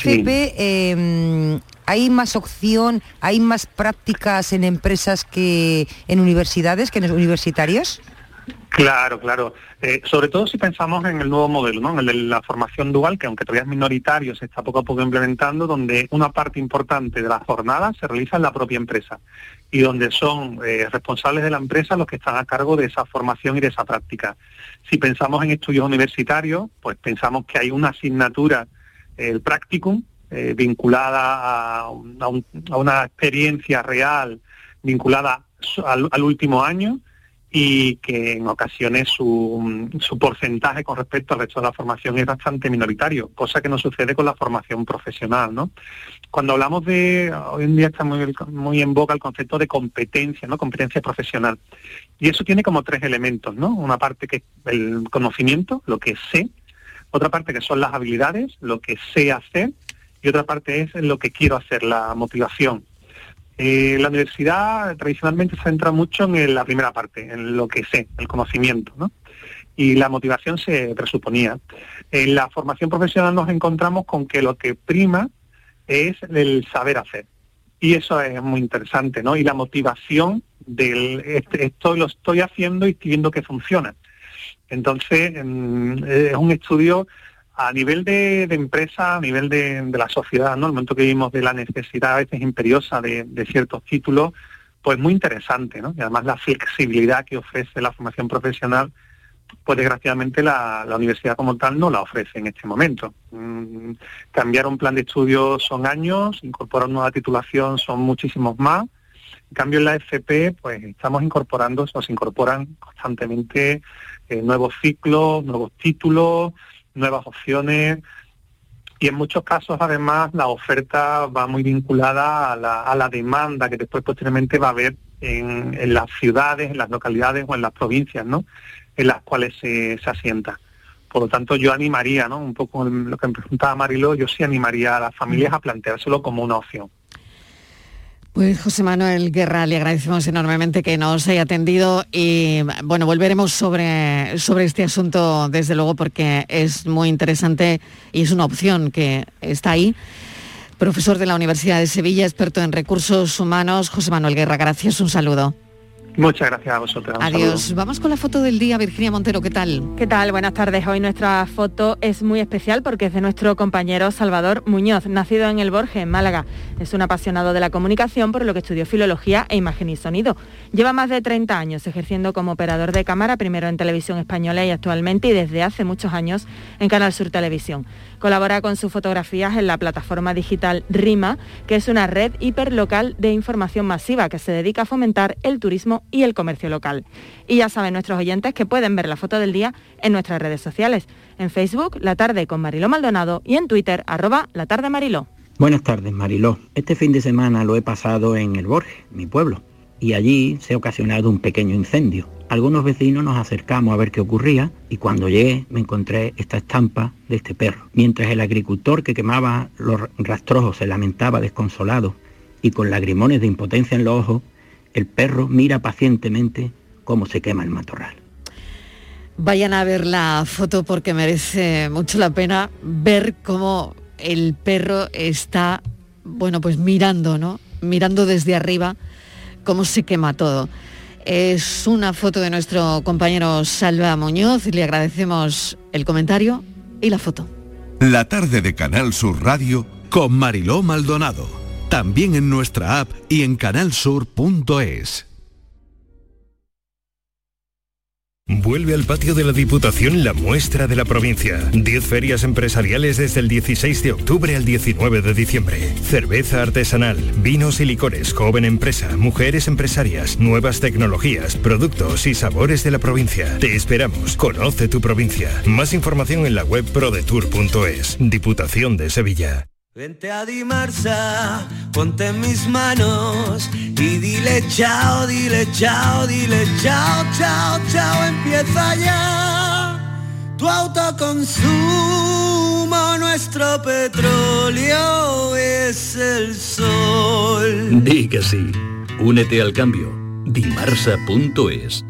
FP, ¿hay más opción, hay más prácticas en empresas que en universidades, que en los universitarios? Claro. Sobre todo si pensamos en el nuevo modelo, ¿no?, en el de la formación dual, que aunque todavía es minoritario, se está poco a poco implementando, donde una parte importante de la jornada se realiza en la propia empresa y donde son responsables de la empresa los que están a cargo de esa formación y de esa práctica. Si pensamos en estudios universitarios, pues pensamos que hay una asignatura, el practicum, vinculada a una experiencia real, vinculada al último año, y que en ocasiones su porcentaje con respecto al resto de la formación es bastante minoritario, cosa que no sucede con la formación profesional, ¿no? Cuando hablamos hoy en día está muy en boga el concepto de competencia, ¿no?, competencia profesional, y eso tiene como tres elementos, ¿no? Una parte que es el conocimiento, lo que sé, otra parte que son las habilidades, lo que sé hacer, y otra parte es lo que quiero hacer, la motivación. La universidad tradicionalmente se centra mucho en la primera parte, en lo que sé, el conocimiento, ¿no? Y la motivación se presuponía. En la formación profesional nos encontramos con que lo que prima es el saber hacer. Y eso es muy interesante, ¿no? Y la motivación lo estoy haciendo y estoy viendo que funciona. Entonces, es un estudio a nivel de empresa, a nivel de la sociedad, ¿no? El momento que vivimos de la necesidad a veces imperiosa de ciertos títulos, pues muy interesante, ¿no? Y además la flexibilidad que ofrece la formación profesional, pues desgraciadamente la universidad como tal no la ofrece en este momento. Cambiar un plan de estudio son años, incorporar una nueva titulación son muchísimos más. En cambio en la FP, pues estamos incorporando, o se incorporan constantemente nuevos ciclos, nuevos títulos, nuevas opciones, y en muchos casos además la oferta va muy vinculada a la demanda que después posteriormente va a haber en las ciudades, en las localidades o en las provincias, ¿no?, en las cuales se asienta. Por lo tanto, yo animaría, ¿no?, un poco lo que me preguntaba Mariló, yo sí animaría a las familias a planteárselo como una opción. Pues José Manuel Guerra, le agradecemos enormemente que nos haya atendido y bueno, volveremos sobre este asunto desde luego porque es muy interesante y es una opción que está ahí. Profesor de la Universidad de Sevilla, experto en recursos humanos, José Manuel Guerra, gracias, un saludo. Muchas gracias a vosotros. Adiós. Saludo. Vamos con la foto del día. Virginia Montero, ¿qué tal? ¿Qué tal? Buenas tardes. Hoy nuestra foto es muy especial porque es de nuestro compañero Salvador Muñoz, nacido en El Borje, en Málaga. Es un apasionado de la comunicación, por lo que estudió filología e imagen y sonido. Lleva más de 30 años ejerciendo como operador de cámara, primero en Televisión Española y actualmente, y desde hace muchos años, en Canal Sur Televisión. Colabora con sus fotografías en la plataforma digital RIMA, que es una red hiperlocal de información masiva que se dedica a fomentar el turismo y el comercio local. Y ya saben nuestros oyentes que pueden ver la foto del día en nuestras redes sociales. En Facebook, La Tarde con Mariló Maldonado, y en Twitter, @LaTardeMariló. Buenas tardes, Mariló. Este fin de semana lo he pasado en El Borje, mi pueblo, y allí se ha ocasionado un pequeño incendio. Algunos vecinos nos acercamos a ver qué ocurría y cuando llegué me encontré esta estampa de este perro. Mientras el agricultor que quemaba los rastrojos se lamentaba desconsolado y con lagrimones de impotencia en los ojos, el perro mira pacientemente cómo se quema el matorral. Vayan a ver la foto porque merece mucho la pena ver cómo el perro está, bueno, pues mirando, ¿no? Mirando desde arriba cómo se quema todo. Es una foto de nuestro compañero Salva Muñoz y le agradecemos el comentario y la foto. La tarde de Canal Sur Radio con Mariló Maldonado. También en nuestra app y en canalsur.es. Vuelve al patio de la Diputación la muestra de la provincia. 10 ferias empresariales desde el 16 de octubre al 19 de diciembre. Cerveza artesanal, vinos y licores, joven empresa, mujeres empresarias, nuevas tecnologías, productos y sabores de la provincia. Te esperamos. Conoce tu provincia. Más información en la web prodetour.es. Diputación de Sevilla. Vente a Dimarsa, ponte en mis manos y dile chao, chao, chao, empieza ya tu autoconsumo, nuestro petróleo es el sol. Di que sí, únete al cambio, dimarsa.es.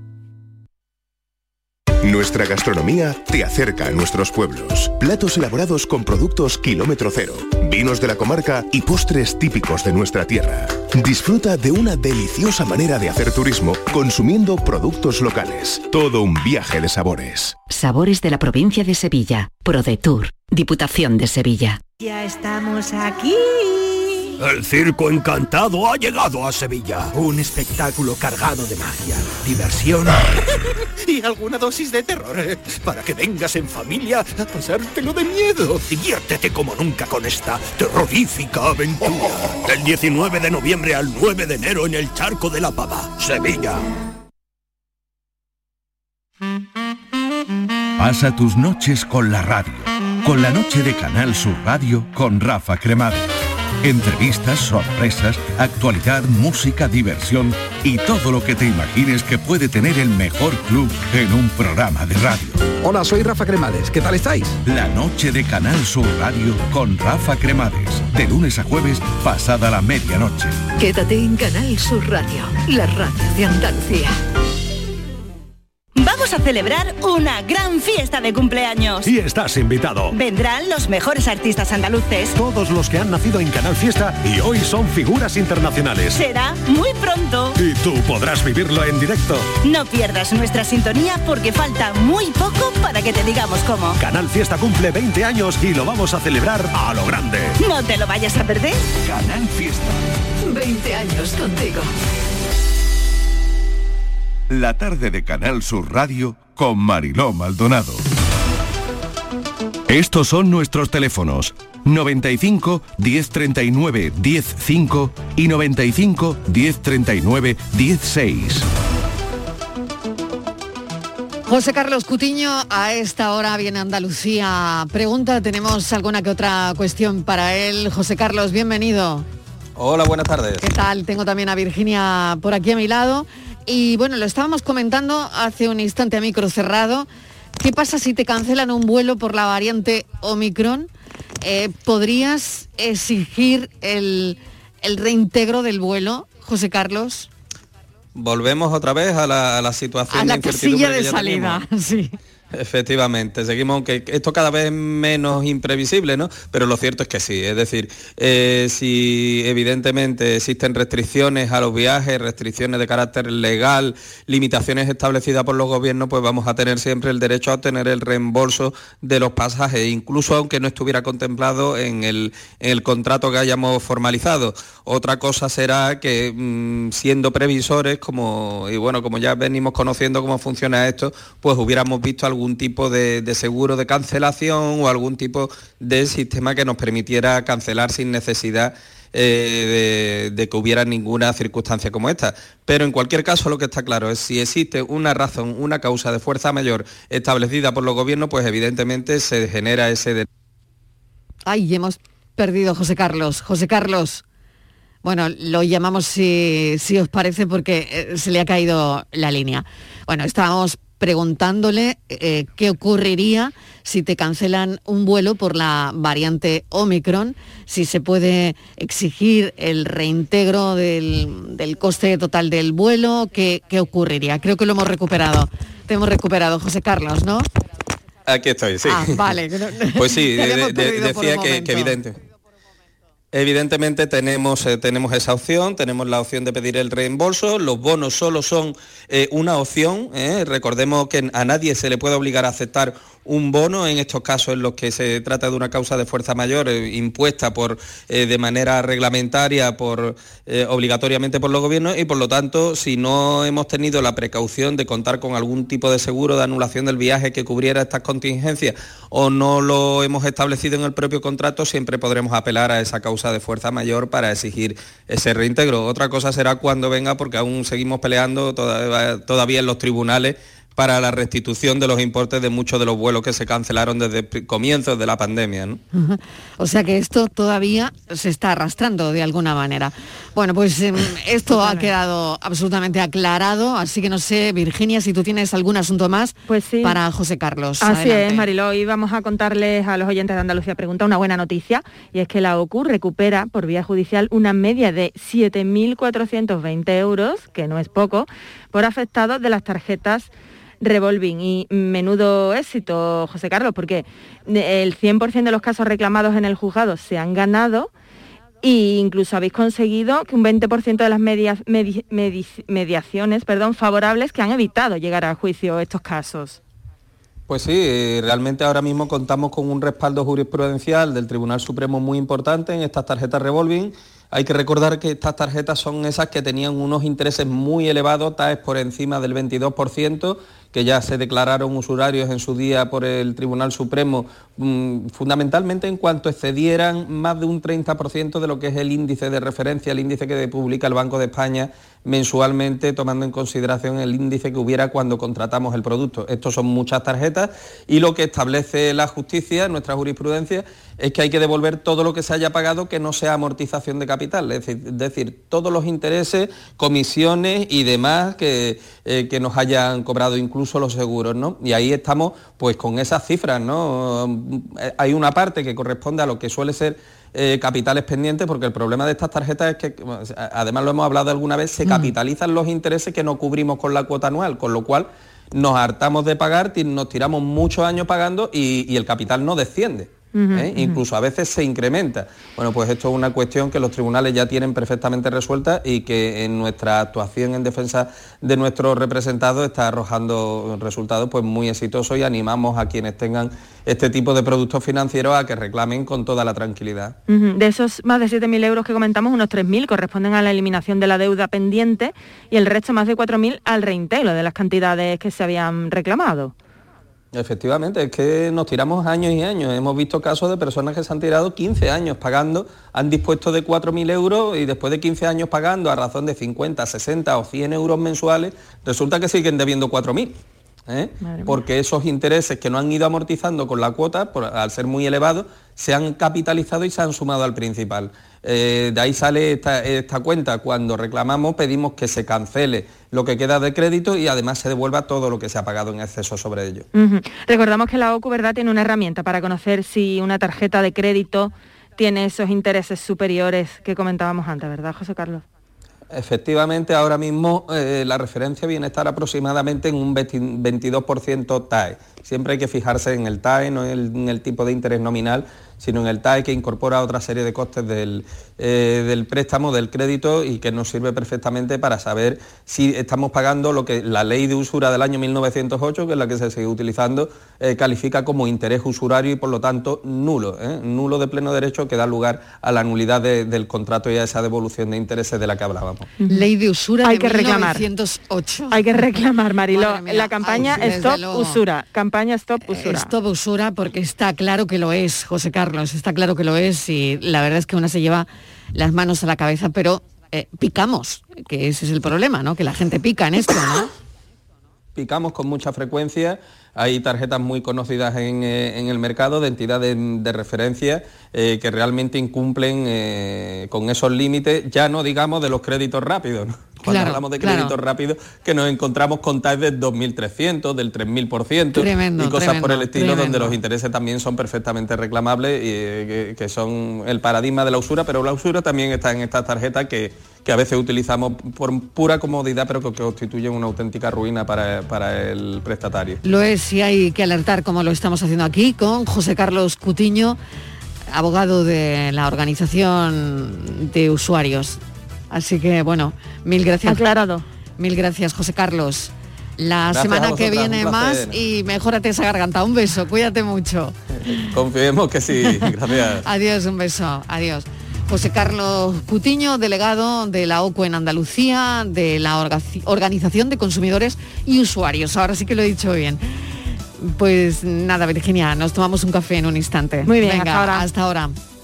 Nuestra gastronomía te acerca a nuestros pueblos. Platos elaborados con productos kilómetro cero, vinos de la comarca y postres típicos de nuestra tierra. Disfruta de una deliciosa manera de hacer turismo consumiendo productos locales. Todo un viaje de sabores. Sabores de la provincia de Sevilla. ProDetour. Diputación de Sevilla. Ya estamos aquí. El Circo Encantado ha llegado a Sevilla. Un espectáculo cargado de magia, diversión y alguna dosis de terror. Para que vengas en familia a pasártelo de miedo. Diviértete como nunca con esta terrorífica aventura. Del 19 de noviembre al 9 de enero en el Charco de la Pava, Sevilla. Pasa tus noches con la radio. Con la noche de Canal Sur Radio con Rafa Cremades. Entrevistas, sorpresas, actualidad, música, diversión y todo lo que te imagines que puede tener el mejor club en un programa de radio. Hola, soy Rafa Cremades. ¿Qué tal estáis? La noche de Canal Sur Radio con Rafa Cremades. De lunes a jueves, pasada la medianoche. Quédate en Canal Sur Radio, la radio de Andalucía. Vamos a celebrar una gran fiesta de cumpleaños. Y estás invitado. Vendrán los mejores artistas andaluces. Todos los que han nacido en Canal Fiesta y hoy son figuras internacionales. Será muy pronto. Y tú podrás vivirlo en directo. No pierdas nuestra sintonía porque falta muy poco para que te digamos cómo. Canal Fiesta cumple 20 años y lo vamos a celebrar a lo grande. No te lo vayas a perder. Canal Fiesta. 20 años contigo. La tarde de Canal Sur Radio con Mariló Maldonado. Estos son nuestros teléfonos: 95 1039 105 y 95 1039 16. José Carlos Cutiño, a esta hora viene Andalucía Pregunta. Tenemos alguna que otra cuestión para él. José Carlos, bienvenido. Hola, buenas tardes. ¿Qué tal? Tengo también a Virginia por aquí a mi lado. Y bueno, lo estábamos comentando hace un instante a micro cerrado. ¿Qué pasa si te cancelan un vuelo por la variante Omicron? ¿Podrías exigir el reintegro del vuelo, José Carlos? Volvemos otra vez a la situación a la de incertidumbre casilla de que ya salida, teníamos. sí. Efectivamente, seguimos, aunque esto cada vez menos imprevisible, ¿no? Pero lo cierto es que sí, es decir, si evidentemente existen restricciones a los viajes, restricciones de carácter legal, limitaciones establecidas por los gobiernos, pues vamos a tener siempre el derecho a obtener el reembolso de los pasajes, incluso aunque no estuviera contemplado en el contrato que hayamos formalizado. Otra cosa será que siendo previsores, como ya venimos conociendo cómo funciona esto, pues hubiéramos visto algún tipo de seguro de cancelación o algún tipo de sistema que nos permitiera cancelar sin necesidad de que hubiera ninguna circunstancia como esta. Pero en cualquier caso lo que está claro es si existe una razón, una causa de fuerza mayor establecida por los gobiernos, pues evidentemente se genera ese derecho. Ay, hemos perdido a José Carlos. José Carlos, bueno, lo llamamos si os parece porque se le ha caído la línea. Bueno, estábamos preguntándole qué ocurriría si te cancelan un vuelo por la variante Omicron, si se puede exigir el reintegro del coste total del vuelo, qué ocurriría. Creo que lo hemos recuperado. Te hemos recuperado, José Carlos, ¿no? Aquí estoy, sí. Ah, vale. Pues sí, decía que evidentemente tenemos esa opción, tenemos la opción de pedir el reembolso. Los bonos solo son una opción. Recordemos que a nadie se le puede obligar a aceptar un bono en estos casos en los que se trata de una causa de fuerza mayor impuesta de manera reglamentaria obligatoriamente por los gobiernos, y por lo tanto, si no hemos tenido la precaución de contar con algún tipo de seguro de anulación del viaje que cubriera estas contingencias, o no lo hemos establecido en el propio contrato, siempre podremos apelar a esa causa de fuerza mayor para exigir ese reintegro. Otra cosa será cuando venga, porque aún seguimos peleando todavía en los tribunales para la restitución de los importes de muchos de los vuelos que se cancelaron desde comienzos de la pandemia, ¿no? O sea que esto todavía se está arrastrando de alguna manera. Bueno, pues esto ha quedado absolutamente aclarado, así que no sé, Virginia, si tú tienes algún asunto más para José Carlos. Así Adelante. es, Mariló, y vamos a contarles a los oyentes de Andalucía Pregunta una buena noticia, y es que la OCU recupera por vía judicial una media de 7.420 euros, que no es poco, por afectados de las tarjetas revolving. Y menudo éxito, José Carlos, porque el 100% de los casos reclamados en el juzgado se han ganado, e incluso habéis conseguido que un 20% de las mediaciones favorables que han evitado llegar a juicio estos casos. Pues sí, realmente ahora mismo contamos con un respaldo jurisprudencial del Tribunal Supremo muy importante en estas tarjetas revolving. Hay que recordar que estas tarjetas son esas que tenían unos intereses muy elevados, TAEs por encima del 22%, que ya se declararon usurarios en su día por el Tribunal Supremo, fundamentalmente en cuanto excedieran más de un 30% de lo que es el índice de referencia, el índice que publica el Banco de España mensualmente, tomando en consideración el índice que hubiera cuando contratamos el producto. Estos son muchas tarjetas, y lo que establece la justicia, nuestra jurisprudencia, es que hay que devolver todo lo que se haya pagado que no sea amortización de capital, es decir, todos los intereses, comisiones y demás que nos hayan cobrado, incluso los seguros, ¿no? Y ahí estamos pues con esas cifras, ¿no? Hay una parte que corresponde a lo que suele ser capitales pendientes, porque el problema de estas tarjetas es que, además lo hemos hablado alguna vez, se capitalizan los intereses que no cubrimos con la cuota anual, con lo cual nos hartamos de pagar, nos tiramos muchos años pagando y el capital no desciende. Incluso a veces se incrementa. Bueno, pues esto es una cuestión que los tribunales ya tienen perfectamente resuelta, y que en nuestra actuación en defensa de nuestros representados está arrojando resultados pues muy exitosos, y animamos a quienes tengan este tipo de productos financieros a que reclamen con toda la tranquilidad. De esos más de 7.000 euros que comentamos, unos 3.000 corresponden a la eliminación de la deuda pendiente, y el resto, más de 4.000, al reintegro de las cantidades que se habían reclamado. Efectivamente, es que nos tiramos años y años. Hemos visto casos de personas que se han tirado 15 años pagando, han dispuesto de 4.000 euros, y después de 15 años pagando a razón de 50, 60 o 100 euros mensuales, resulta que siguen debiendo 4.000. Porque esos intereses que no han ido amortizando con la cuota, al ser muy elevados, se han capitalizado y se han sumado al principal. De ahí sale esta cuenta. Cuando reclamamos, pedimos que se cancele lo que queda de crédito, y además se devuelva todo lo que se ha pagado en exceso sobre ello. Recordamos que la OCU, ¿verdad?, tiene una herramienta para conocer si una tarjeta de crédito tiene esos intereses superiores que comentábamos antes, ¿verdad, José Carlos? Efectivamente, ahora mismo la referencia viene a estar aproximadamente en un 22% TAE. Siempre hay que fijarse en el TAE, no en el tipo de interés nominal, sino en el TAE, que incorpora otra serie de costes del préstamo, del crédito, y que nos sirve perfectamente para saber si estamos pagando lo que la ley de usura del año 1908, que es la que se sigue utilizando, califica como interés usurario y por lo tanto nulo, nulo de pleno derecho, que da lugar a la nulidad del contrato y a esa devolución de intereses de la que hablábamos. Ley de usura hay de que 1908. Hay que reclamar, Mariló. La campaña Stop Usura. Campaña Stop Usura. Stop Usura, porque está claro que lo es, José Carlos, está claro que lo es, y la verdad es que una se lleva las manos a la cabeza, pero picamos, que ese es el problema, ¿no? Que la gente pica en esto, ¿no? Picamos con mucha frecuencia. Hay tarjetas muy conocidas en el mercado, de entidades de referencia, que realmente incumplen con esos límites, ya no digamos de los créditos rápidos, ¿no? cuando hablamos de crédito rápido, que nos encontramos con TAE del 2.300, del 3.000% tremendo, y cosas tremendo, por el estilo, tremendo. donde los intereses también son perfectamente reclamables y que son el paradigma de la usura, pero la usura también está en estas tarjetas que a veces utilizamos por pura comodidad, pero que constituyen una auténtica ruina para el prestatario. Lo es, y hay que alertar, como lo estamos haciendo aquí, con José Carlos Cutiño, abogado de la Organización de Usuarios. Así que, bueno, mil gracias. Aclarado. Mil gracias, José Carlos. La Gracias semana a que vosotras, viene un más placer. y mejórate esa garganta. Un beso, cuídate mucho. Confiemos que sí, gracias. Adiós, un beso, adiós. José Carlos Cutiño, delegado de la OCU en Andalucía, de la Organización de Consumidores y Usuarios. Ahora sí que lo he dicho bien. Pues nada, Virginia, nos tomamos un café en un instante. Muy bien, venga, hasta ahora. Hasta ahora.